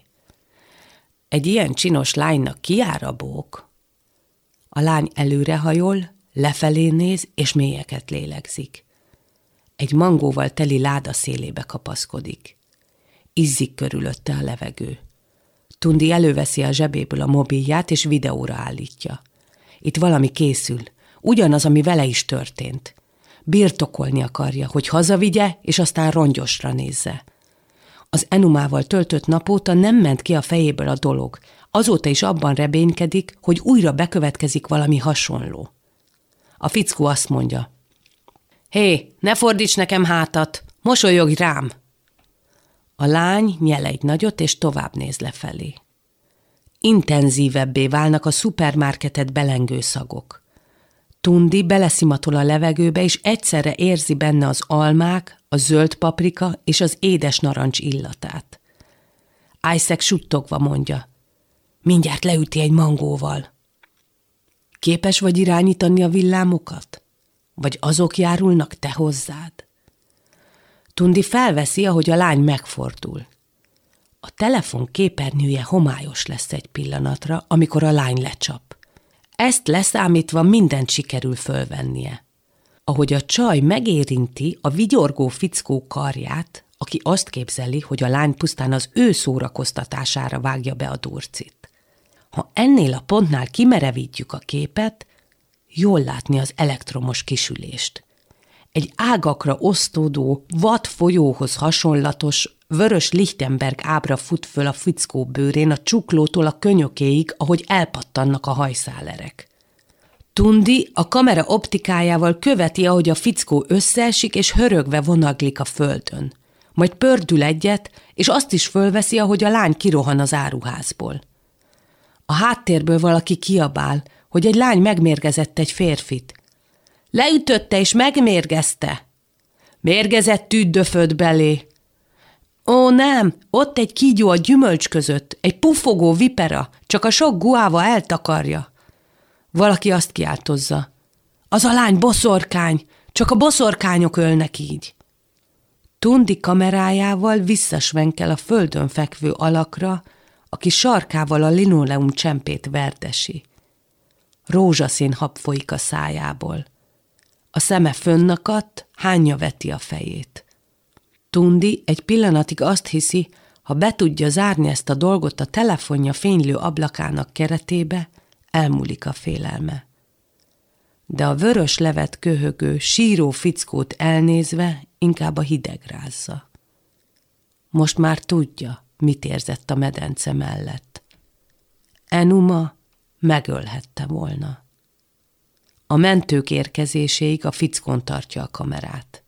Egy ilyen csinos lánynak ki jár a bók? A lány előrehajol, lefelé néz, és mélyeket lélegzik. Egy mangóval teli láda szélébe kapaszkodik. Izzik körülötte a levegő. Tundi előveszi a zsebéből a mobilját, és videóra állítja. Itt valami készül, ugyanaz, ami vele is történt. Birtokolni akarja, hogy hazavigye, és aztán rongyosra nézze. Az Enumával töltött nap óta nem ment ki a fejéből a dolog. Azóta is abban reménykedik, hogy újra bekövetkezik valami hasonló. A fickó azt mondja: Hé, ne fordíts nekem hátat, mosolyogj rám! A lány nyel egy nagyot, és tovább néz lefelé. Intenzívebbé válnak a szupermarketet belengő szagok. Tundi beleszimatol a levegőbe, és egyszerre érzi benne az almák, a zöld paprika és az édes narancs illatát. Isaac suttogva mondja: Mindjárt leüti egy mangóval. Képes vagy irányítani a villámokat? Vagy azok járulnak te hozzád? Tundi felveszi, ahogy a lány megfordul. A telefon képernyője homályos lesz egy pillanatra, amikor a lány lecsap. Ezt leszámítva mindent sikerül fölvennie. Ahogy a csaj megérinti a vigyorgó fickó karját, aki azt képzeli, hogy a lány pusztán az ő szórakoztatására vágja be a durcit. Ha ennél a pontnál kimerevítjük a képet, jól látni az elektromos kisülést. Egy ágakra osztódó, vad folyóhoz hasonlatos, vörös Lichtenberg ábra fut föl a fickó bőrén a csuklótól a könyökéig, ahogy elpattannak a hajszálerek. Tundi a kamera optikájával követi, ahogy a fickó összeesik, és hörögve vonaglik a földön. Majd pördül egyet, és azt is fölveszi, ahogy a lány kirohan az áruházból. A háttérből valaki kiabál, hogy egy lány megmérgezett egy férfit. Leütötte és megmérgezte. Mérgezett tüddöföd belé. Ó, nem, ott egy kígyó a gyümölcs között, egy puffogó vipera, csak a sok guáva eltakarja. Valaki azt kiáltozza: Az a lány boszorkány, csak a boszorkányok ölnek így. Tundi kamerájával visszasvenkel a földön fekvő alakra, aki sarkával a linoleum csempét verdesi. Rózsaszín hab folyik a szájából. A szeme fönnakadt, hányja veti a fejét. Tundi egy pillanatig azt hiszi, ha be tudja zárni ezt a dolgot a telefonja fénylő ablakának keretébe, elmúlik a félelme. De a vörös levet köhögő, síró fickót elnézve inkább a hideg rázza. Most már tudja, mit érzett a medence mellett. Enuma megölhette volna. A mentők érkezéséig a fickón tartja a kamerát.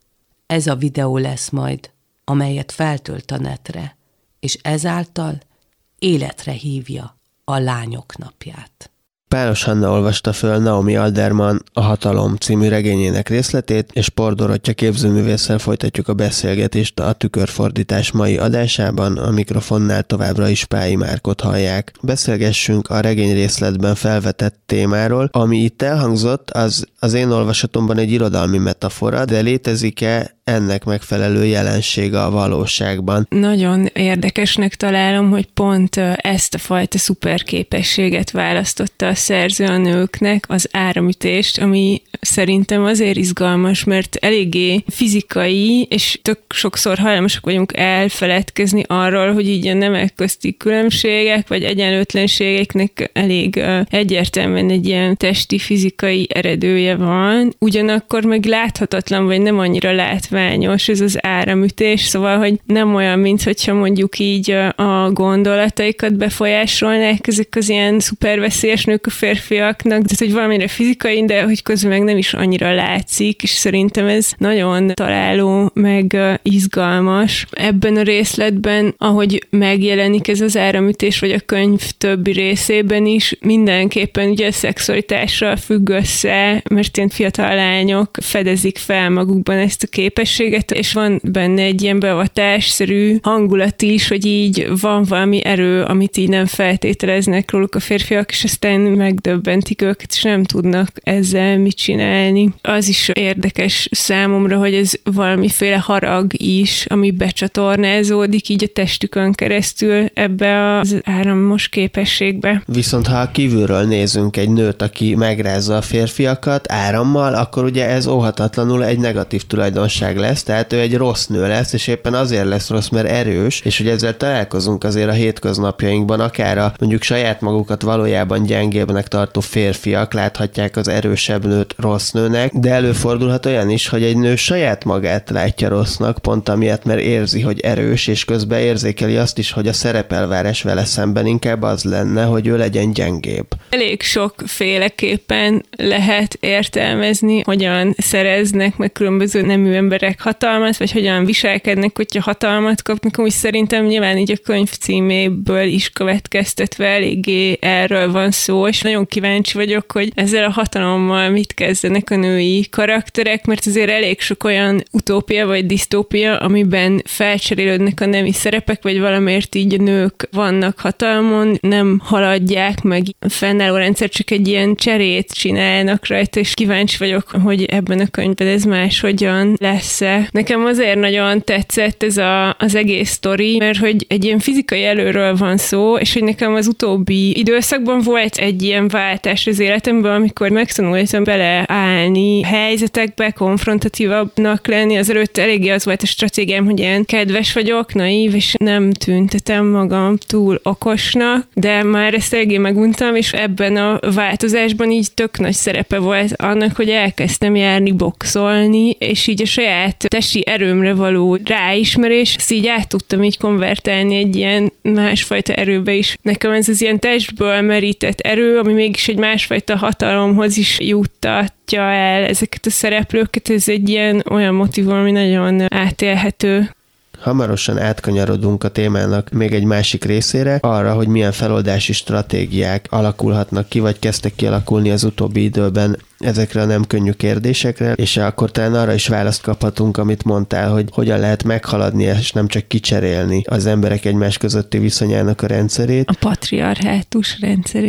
Ez a videó lesz majd, amelyet feltölt a netre, és ezáltal életre hívja a lányok napját. Pálos Hanna olvasta föl Naomi Alderman A hatalom című regényének részletét, és Por Dorottya képzőművésszel folytatjuk a beszélgetést a Tükörfordítás mai adásában, a mikrofonnál továbbra is Pályi Márkot hallják. Beszélgessünk a regény részletben felvetett témáról, ami itt elhangzott, az az én olvasatomban egy irodalmi metafora, de létezik-e ennek megfelelő jelensége a valóságban? Nagyon érdekesnek találom, hogy pont ezt a fajta szuperképességet választotta a szerző a nőknek, az áramütést, ami szerintem azért izgalmas, mert eléggé fizikai, és tök sokszor hajlamosak vagyunk elfeledkezni arról, hogy így a nemek közti különbségek, vagy egyenlőtlenségeknek elég egyértelműen egy ilyen testi, fizikai eredője van, ugyanakkor meg láthatatlan, vagy nem annyira látványos ez az áramütés, szóval, hogy nem olyan, mint hogyha mondjuk így a gondolataikat befolyásolnák ezek az ilyen szuperveszélyes nők a férfiaknak, tehát hogy valamire fizikai, de hogy közben meg nem is annyira látszik, és szerintem ez nagyon találó, meg izgalmas. Ebben a részletben, ahogy megjelenik ez az áramütés, vagy a könyv többi részében is, mindenképpen ugye a szexualitással függ össze, mert ilyen fiatal lányok fedezik fel magukban ezt a képességet, és van benne egy ilyen beavatásszerű hangulat is, hogy így van valami erő, amit így nem feltételeznek róluk a férfiak, és aztán megdöbbentik őket, és nem tudnak ezzel mit csinálni. Az is érdekes számomra, hogy ez valamiféle harag is, ami becsatornázódik így a testükön keresztül ebbe az áramos képességbe. Viszont ha kívülről nézünk egy nőt, aki megrázza a férfiakat árammal, akkor ugye ez óhatatlanul egy negatív tulajdonság lesz, tehát ő egy rossz nő lesz, és éppen azért lesz rossz, mert erős, és hogy ezzel találkozunk azért a hétköznapjainkban, akár a mondjuk saját magukat valójában gyengébbnek tartó férfiak láthatják az erősebb nőt rossz nőnek, de előfordulhat olyan is, hogy egy nő saját magát látja rossznak, pont amiatt, mert érzi, hogy erős, és közben érzékeli azt is, hogy a szerepelvárás vele szemben inkább az lenne, hogy ő legyen gyengébb. Elég sokféleképpen lehet értelmezni, hogyan szereznek meg különböző nemű emberek hatalmat, vagy hogyan viselkednek, hogyha hatalmat kapnak, úgy szerintem nyilván így a könyv címéből is következtetve eléggé erről van szó, és nagyon kíváncsi vagyok, hogy ezzel a hatalommal mit kezdenek a női karakterek, mert azért elég sok olyan utópia vagy disztópia, amiben felcserélődnek a nemi szerepek, vagy valamiért így a nők vannak hatalmon, nem haladják meg a fennálló rendszer, csak egy ilyen cserét csinálnak rajta, és kíváncsi vagyok, hogy ebben a könyvben ez máshogyan lesz-e. Nekem azért nagyon tetszett ez a, az egész sztori, mert hogy egy ilyen fizikai előről van szó, és hogy nekem az utóbbi időszakban volt egy ilyen váltás az életemben, amikor megtanultam beleállni helyzetekbe, konfrontatívabbnak lenni. Az előtt eléggé az volt a stratégiám, hogy ilyen kedves vagyok, naív, és nem tüntetem magam túl okosnak, de már ezt eléggé meguntam, és ebben a változásban így tök nagy szerepe volt annak, hogy elkezdtem járni boxolni, és így a saját testi erőmre való ráismerés, ezt így át tudtam így konvertálni egy ilyen másfajta erőbe is. Nekem ez az ilyen testből merített erő, ami mégis egy másfajta hatalomhoz is juttatja el ezeket a szereplőket, ez egy ilyen olyan motívum, ami nagyon átélhető. Hamarosan átkanyarodunk a témának még egy másik részére, arra, hogy milyen feloldási stratégiák alakulhatnak ki, vagy kezdtek kialakulni az utóbbi időben ezekre a nem könnyű kérdésekre, és akkor talán arra is választ kaphatunk, amit mondtál, hogy hogyan lehet meghaladni, és nem csak kicserélni az emberek egymás közötti viszonyának a rendszerét. A patriarhátus rendszerét.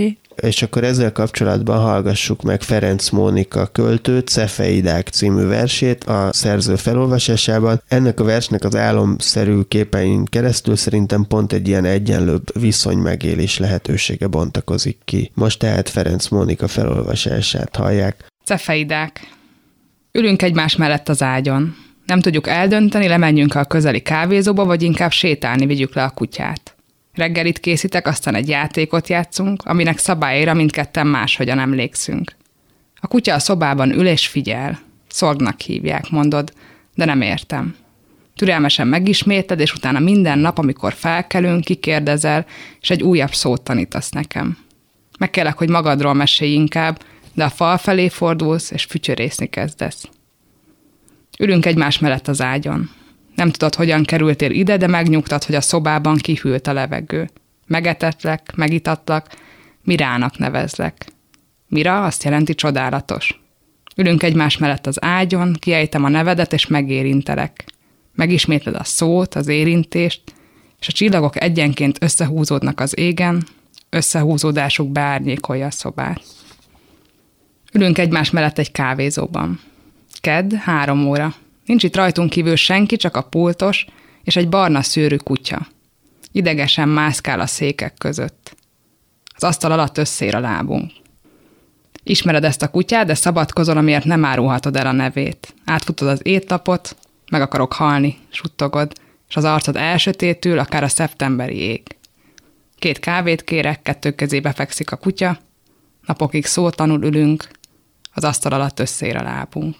és akkor ezzel kapcsolatban hallgassuk meg Ferenc Mónika költő Cefeidák című versét a szerző felolvasásában. Ennek a versnek az álomszerű képein keresztül szerintem pont egy ilyen egyenlőbb viszony megélés lehetősége bontakozik ki. Most tehát Ferenc Mónika felolvasását hallják. Cefeidák. Ülünk egymás mellett az ágyon. Nem tudjuk eldönteni, lemenjünk a közeli kávézóba, vagy inkább sétálni vigyük le a kutyát. Reggelit készítek, aztán egy játékot játszunk, aminek szabályaira mindketten máshogyan emlékszünk. A kutya a szobában ül és figyel. Szorgnak hívják, mondod, de nem értem. Türelmesen megismétled, és utána minden nap, amikor felkelünk, kikérdezel, és egy újabb szót tanítasz nekem. Megkérlek, hogy magadról mesélj inkább, de a fal felé fordulsz, és fütyörészni kezdesz. Ülünk egymás mellett az ágyon. Nem tudod, hogyan kerültél ide, de megnyugtad, hogy a szobában kihűlt a levegő. Megetetlek, megitatlak, Mirának nevezlek. Mira azt jelenti csodálatos. Ülünk egymás mellett az ágyon, kiejtem a nevedet, és megérintelek. Megismétled a szót, az érintést, és a csillagok egyenként összehúzódnak az égen, összehúzódásuk beárnyékolja a szobát. Ülünk egymás mellett egy kávézóban. Kedd, három óra. Nincs itt rajtunk kívül senki, csak a pultos és egy barna szőrű kutya. Idegesen mászkál a székek között. Az asztal alatt összér a lábunk. Ismered ezt a kutyát, de szabadkozol, amiért nem árulhatod el a nevét. Átfutod az étlapot, meg akarok halni, suttogod, és az arcod elsötétül, akár a szeptemberi ég. Két kávét kérek, kettő kezébe fekszik a kutya, napokig szótlanul ülünk, az asztal alatt összér a lábunk.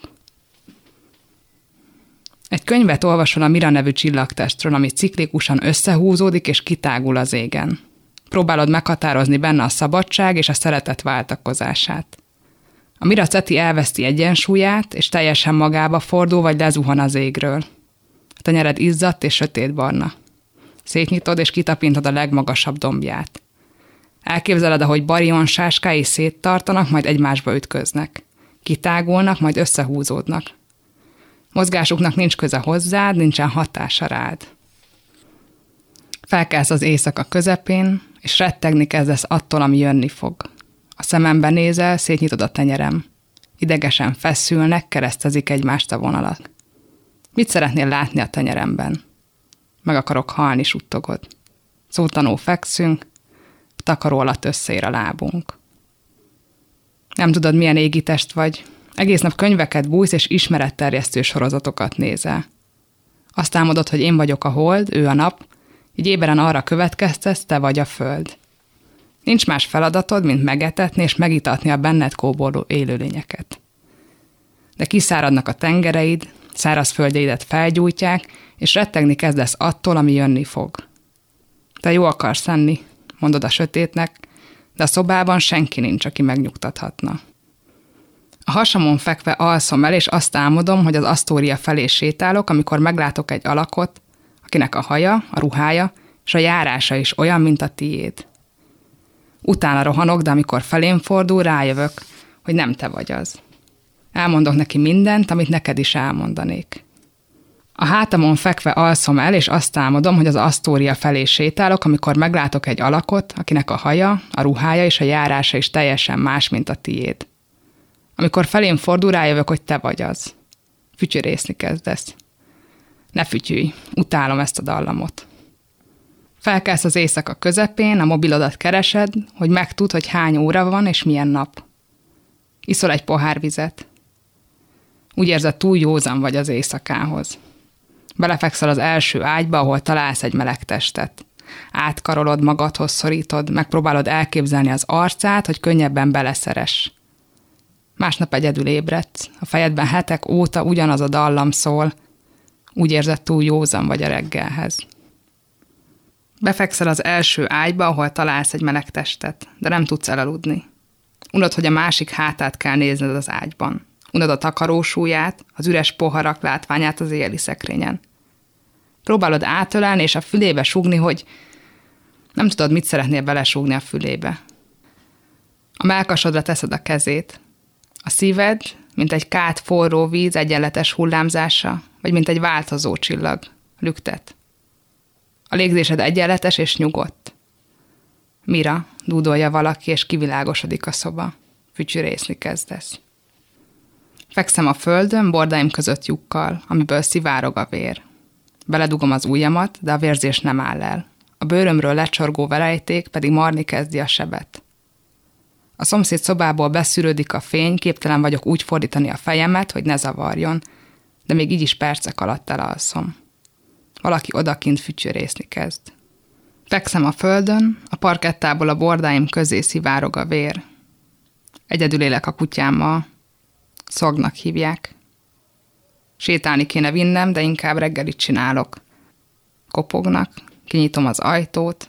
Egy könyvet olvasol a Mira nevű csillagtestről, ami ciklikusan összehúzódik és kitágul az égen. Próbálod meghatározni benne a szabadság és a szeretet váltakozását. A Mira ceti elveszti egyensúlyát, és teljesen magába fordul, vagy lezuhan az égről. A tenyered izzadt és sötétbarna. Szétnyitod és kitapintod a legmagasabb dombját. Elképzeled, ahogy barion sáskái széttartanak, majd egymásba ütköznek. Kitágulnak, majd összehúzódnak. Mozgásuknak nincs köze hozzád, nincsen hatása rád. Felkelsz az éjszaka közepén, és rettegni kezdesz attól, ami jönni fog. A szemembe nézel, szétnyitod a tenyerem. Idegesen feszülnek, keresztezik egymást a vonalak. Mit szeretnél látni a tenyeremben? Meg akarok halni, suttogod. Szótlanul fekszünk, a takaró alatt összeér a lábunk. Nem tudod, milyen égitest vagy. Egész nap könyveket bújsz, és ismeretterjesztő sorozatokat nézel. Azt álmodod, hogy én vagyok a hold, ő a nap, így éberen arra következtesz, te vagy a föld. Nincs más feladatod, mint megetetni és megitatni a benned kóborló élőlényeket. De kiszáradnak a tengereid, száraz földjeidet felgyújtják, és rettegni kezdesz attól, ami jönni fog. Te jó akarsz lenni, mondod a sötétnek, de a szobában senki nincs, aki megnyugtathatna. A hasamon fekve alszom el, és azt álmodom, hogy az Asztória felé sétálok, amikor meglátok egy alakot, akinek a haja, a ruhája és a járása is olyan, mint a tiéd. Utána rohanok, de amikor felém fordul, rájövök, hogy nem te vagy az. Elmondok neki mindent, amit neked is elmondanék. A hátamon fekve alszom el, és azt álmodom, hogy az Asztória felé sétálok, amikor meglátok egy alakot, akinek a haja, a ruhája és a járása is teljesen más, mint a tiéd. Amikor felém fordul, rájövök, hogy te vagy az. Fütyörészni kezdesz. Ne fütyülj, utálom ezt a dallamot. Felkelsz az éjszaka közepén, a mobilodat keresed, hogy megtudd, hogy hány óra van és milyen nap. Iszol egy pohár vizet. Úgy érzed, túl józan vagy az éjszakához. Belefekszel az első ágyba, ahol találsz egy meleg testet. Átkarolod, magadhoz szorítod, megpróbálod elképzelni az arcát, hogy könnyebben beleszeress. Másnap egyedül ébredsz, a fejedben hetek óta ugyanaz a dallam szól, úgy érzed, túl józan vagy a reggelhez. Befekszel az első ágyba, ahol találsz egy meleg testet, de nem tudsz elaludni. Unod, hogy a másik hátát kell nézned az ágyban. Unod a takarósúlyát, az üres poharak látványát az éjjeli szekrényen. Próbálod átölelni és a fülébe súgni, hogy nem tudod, mit szeretnél belesúgni a fülébe. A mellkasodra teszed a kezét. A szíved, mint egy kát forró víz egyenletes hullámzása, vagy mint egy változó csillag, lüktet. A légzésed egyenletes és nyugodt. Mira, dúdolja valaki, és kivilágosodik a szoba. Fütyűrészni kezdesz. Fekszem a földön, bordáim között lyukkal, amiből szivárog a vér. Beledugom az ujjamat, de a vérzés nem áll el. A bőrömről lecsorgó verejték pedig marni kezdi a sebet. A szomszéd szobából beszűrődik a fény, képtelen vagyok úgy fordítani a fejemet, hogy ne zavarjon, de még így is percek alatt elalszom. Valaki odakint fütyűrészni kezd. Fekszem a földön, a parkettából a bordáim közé szivárog a vér. Egyedül élek a kutyámmal. Szognak hívják. Sétálni kéne vinnem, de inkább reggelit csinálok. Kopognak, kinyitom az ajtót.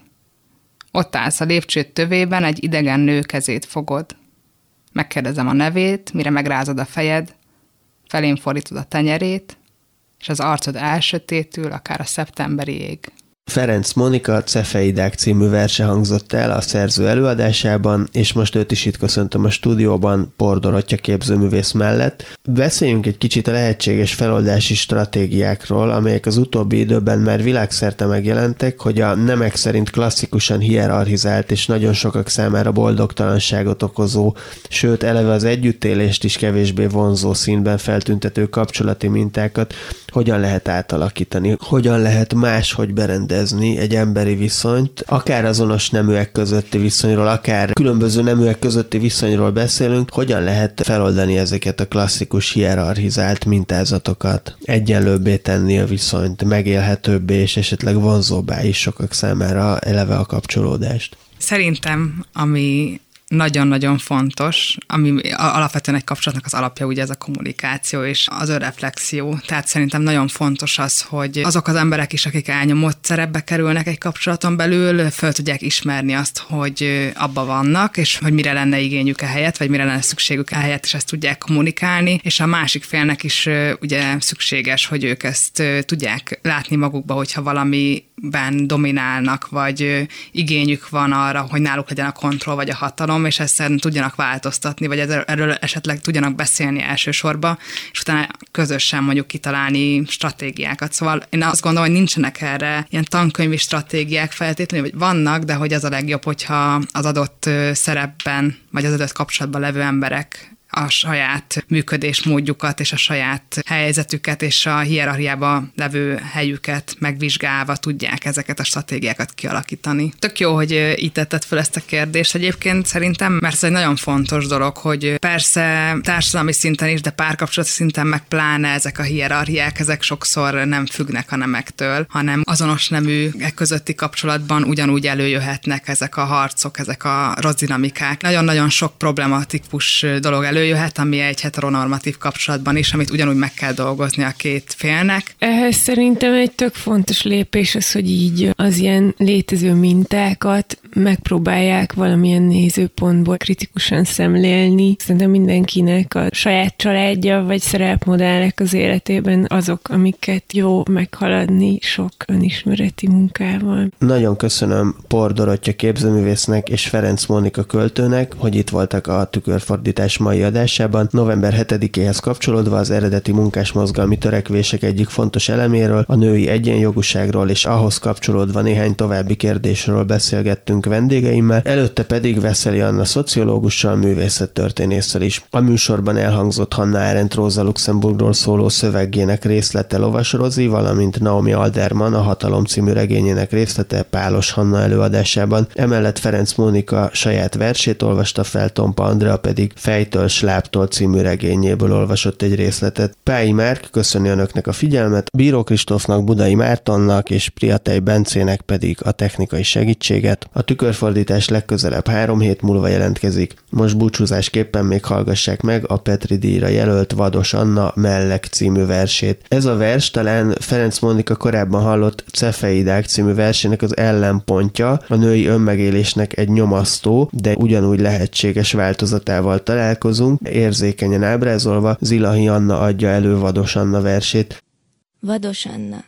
Ott állsz a lépcső tövében, egy idegen nő kezét fogod. Megkérdezem a nevét, mire megrázod a fejed, felém fordítod a tenyerét, és az arcod elsötétül, akár a szeptemberi ég. Ferenc Monika Cefeidák című verse hangzott el a szerző előadásában, és most őt is itt köszöntöm a stúdióban Por Dorottya képzőművész mellett. Beszéljünk egy kicsit a lehetséges feloldási stratégiákról, amelyek az utóbbi időben már világszerte megjelentek, hogy a nemek szerint klasszikusan hierarchizált és nagyon sokak számára boldogtalanságot okozó, sőt eleve az együttélést is kevésbé vonzó színben feltüntető kapcsolati mintákat hogyan lehet átalakítani, hogyan lehet máshogy berendezni egy emberi viszonyt, akár azonos neműek közötti viszonyról, akár különböző neműek közötti viszonyról beszélünk, hogyan lehet feloldani ezeket a klasszikus hierarchizált mintázatokat, egyenlőbbé tenni a viszonyt, megélhetőbbé és esetleg vonzóbbá is sokak számára eleve a kapcsolódást. Szerintem, ami nagyon-nagyon fontos, ami alapvetően egy kapcsolatnak az alapja, ugye ez a kommunikáció és az önreflexió. Tehát szerintem nagyon fontos az, hogy azok az emberek is, akik elnyomott szerepbe kerülnek egy kapcsolaton belül, föl tudják ismerni azt, hogy abba vannak, és hogy mire lenne igényük ehelyett, vagy mire lenne szükségük ehelyett, és ezt tudják kommunikálni, és a másik félnek is ugye szükséges, hogy ők ezt tudják látni magukba, hogyha valamiben dominálnak, vagy igényük van arra, hogy náluk legyen a kontroll, vagy a hatalom, és ezt tudjanak változtatni, vagy erről esetleg tudjanak beszélni elsősorban, és utána közösen mondjuk kitalálni stratégiákat. Szóval én azt gondolom, hogy nincsenek erre ilyen tankönyvi stratégiák feltétlenül, vagy vannak, de hogy az a legjobb, hogyha az adott szerepben, vagy az adott kapcsolatban levő emberek a saját működésmódjukat és a saját helyzetüket és a hierarchiában levő helyüket megvizsgálva tudják ezeket a stratégiákat kialakítani. Tök jó, hogy így tetted fel ezt a kérdést egyébként szerintem, mert ez egy nagyon fontos dolog, hogy persze társadalmi szinten is, de párkapcsolati szinten meg pláne ezek a hierarchiák, ezek sokszor nem függnek a nemektől, hanem azonos neműek közötti kapcsolatban ugyanúgy előjöhetnek ezek a harcok, ezek a rossz dinamikák. Nagyon-nagyon sok problematikus dolog elő jöhet, ami egy heteronormatív kapcsolatban is, amit ugyanúgy meg kell dolgozni a két félnek. Ehhez szerintem egy tök fontos lépés az, hogy így az ilyen létező mintákat megpróbálják valamilyen nézőpontból kritikusan szemlélni. Szerintem mindenkinek a saját családja vagy szerepmodellek az életében azok, amiket jó meghaladni sok önismereti munkával. Nagyon köszönöm Por Dorottya képzőművésznek és Ferenc Monika költőnek, hogy itt voltak a Tükörfordítás mai adásában. November hetedikéhez kapcsolódva az eredeti munkásmozgalmi törekvések egyik fontos eleméről, a női egyenjogúságról és ahhoz kapcsolódva néhány további kérdésről beszélgettünk vendégeimmel, előtte pedig Veszeli Anna szociológussal, művészettörténésszel is. A műsorban elhangzott Hannah Arendt Rosa Luxemburgról szóló szövegének részlete Lovas Rozi, valamint Naomi Alderman a Hatalom című regényének részlete Pálos Hanna előadásában. Emellett Ferenc Monika saját versét olvasta fel, Tompa Andrea pedig Fejtől Sláptól című regényéből olvasott egy részletet. Pályi Márk köszöni önöknek a figyelmet, Bíró Kristófnak, Budai Mártonnak és Priatej Bencének pedig a technikai segítséget. A Tükörfordítás legközelebb három hét múlva jelentkezik. Most búcsúzásképpen még hallgassák meg a Petri díjra jelölt Vados Anna Mellek című versét. Ez a vers talán Ferenc Monika korábban hallott Cefeidák című versének az ellenpontja, a női önmegélésnek egy nyomasztó, de ugyanúgy lehetséges változatával találkozunk, érzékenyen ábrázolva Zilahi Anna adja elő Vados Anna versét. Vados Anna,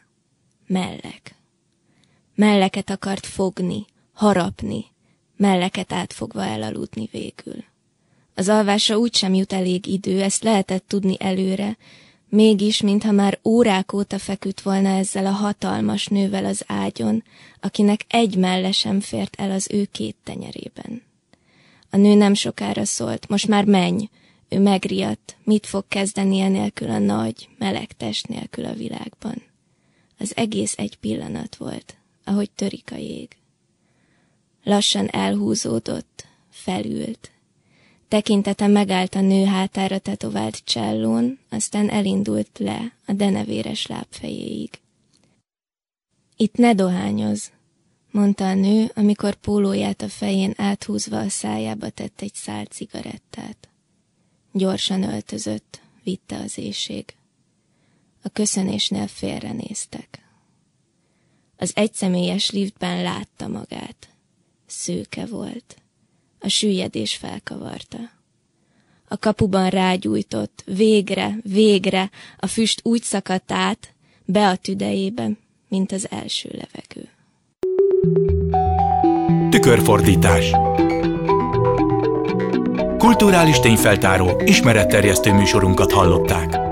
mellek. Melleket akart fogni, harapni, melleket átfogva elaludni végül. Az alvásra úgysem jut elég idő, ezt lehetett tudni előre, Mégis, mintha már órák óta feküdt volna ezzel a hatalmas nővel az ágyon, akinek egy melle sem fért el az ő két tenyerében. A nő nem sokára szólt, most már menj, ő megriadt, mit fog kezdeni enélkül a nagy, meleg test nélkül a világban. Az egész egy pillanat volt, ahogy törik a jég. Lassan elhúzódott, felült. Tekintete megállt a nő hátára tetovált csellón, aztán elindult le a denevéres lábfejéig. Itt ne dohányoz, mondta a nő, amikor pólóját a fején áthúzva a szájába tett egy szál cigarettát. Gyorsan öltözött, vitte az éhség. A köszönésnél félrenéztek. Az egyszemélyes liftben látta magát. Szőke volt. A süllyedés felkavarta. A kapuban rágyújtott, végre, végre, a füst úgy szakadt át, be a tüdejébe, mint az első levegő. Tükörfordítás. Kulturális tényfeltáró, ismeretterjesztő műsorunkat hallották.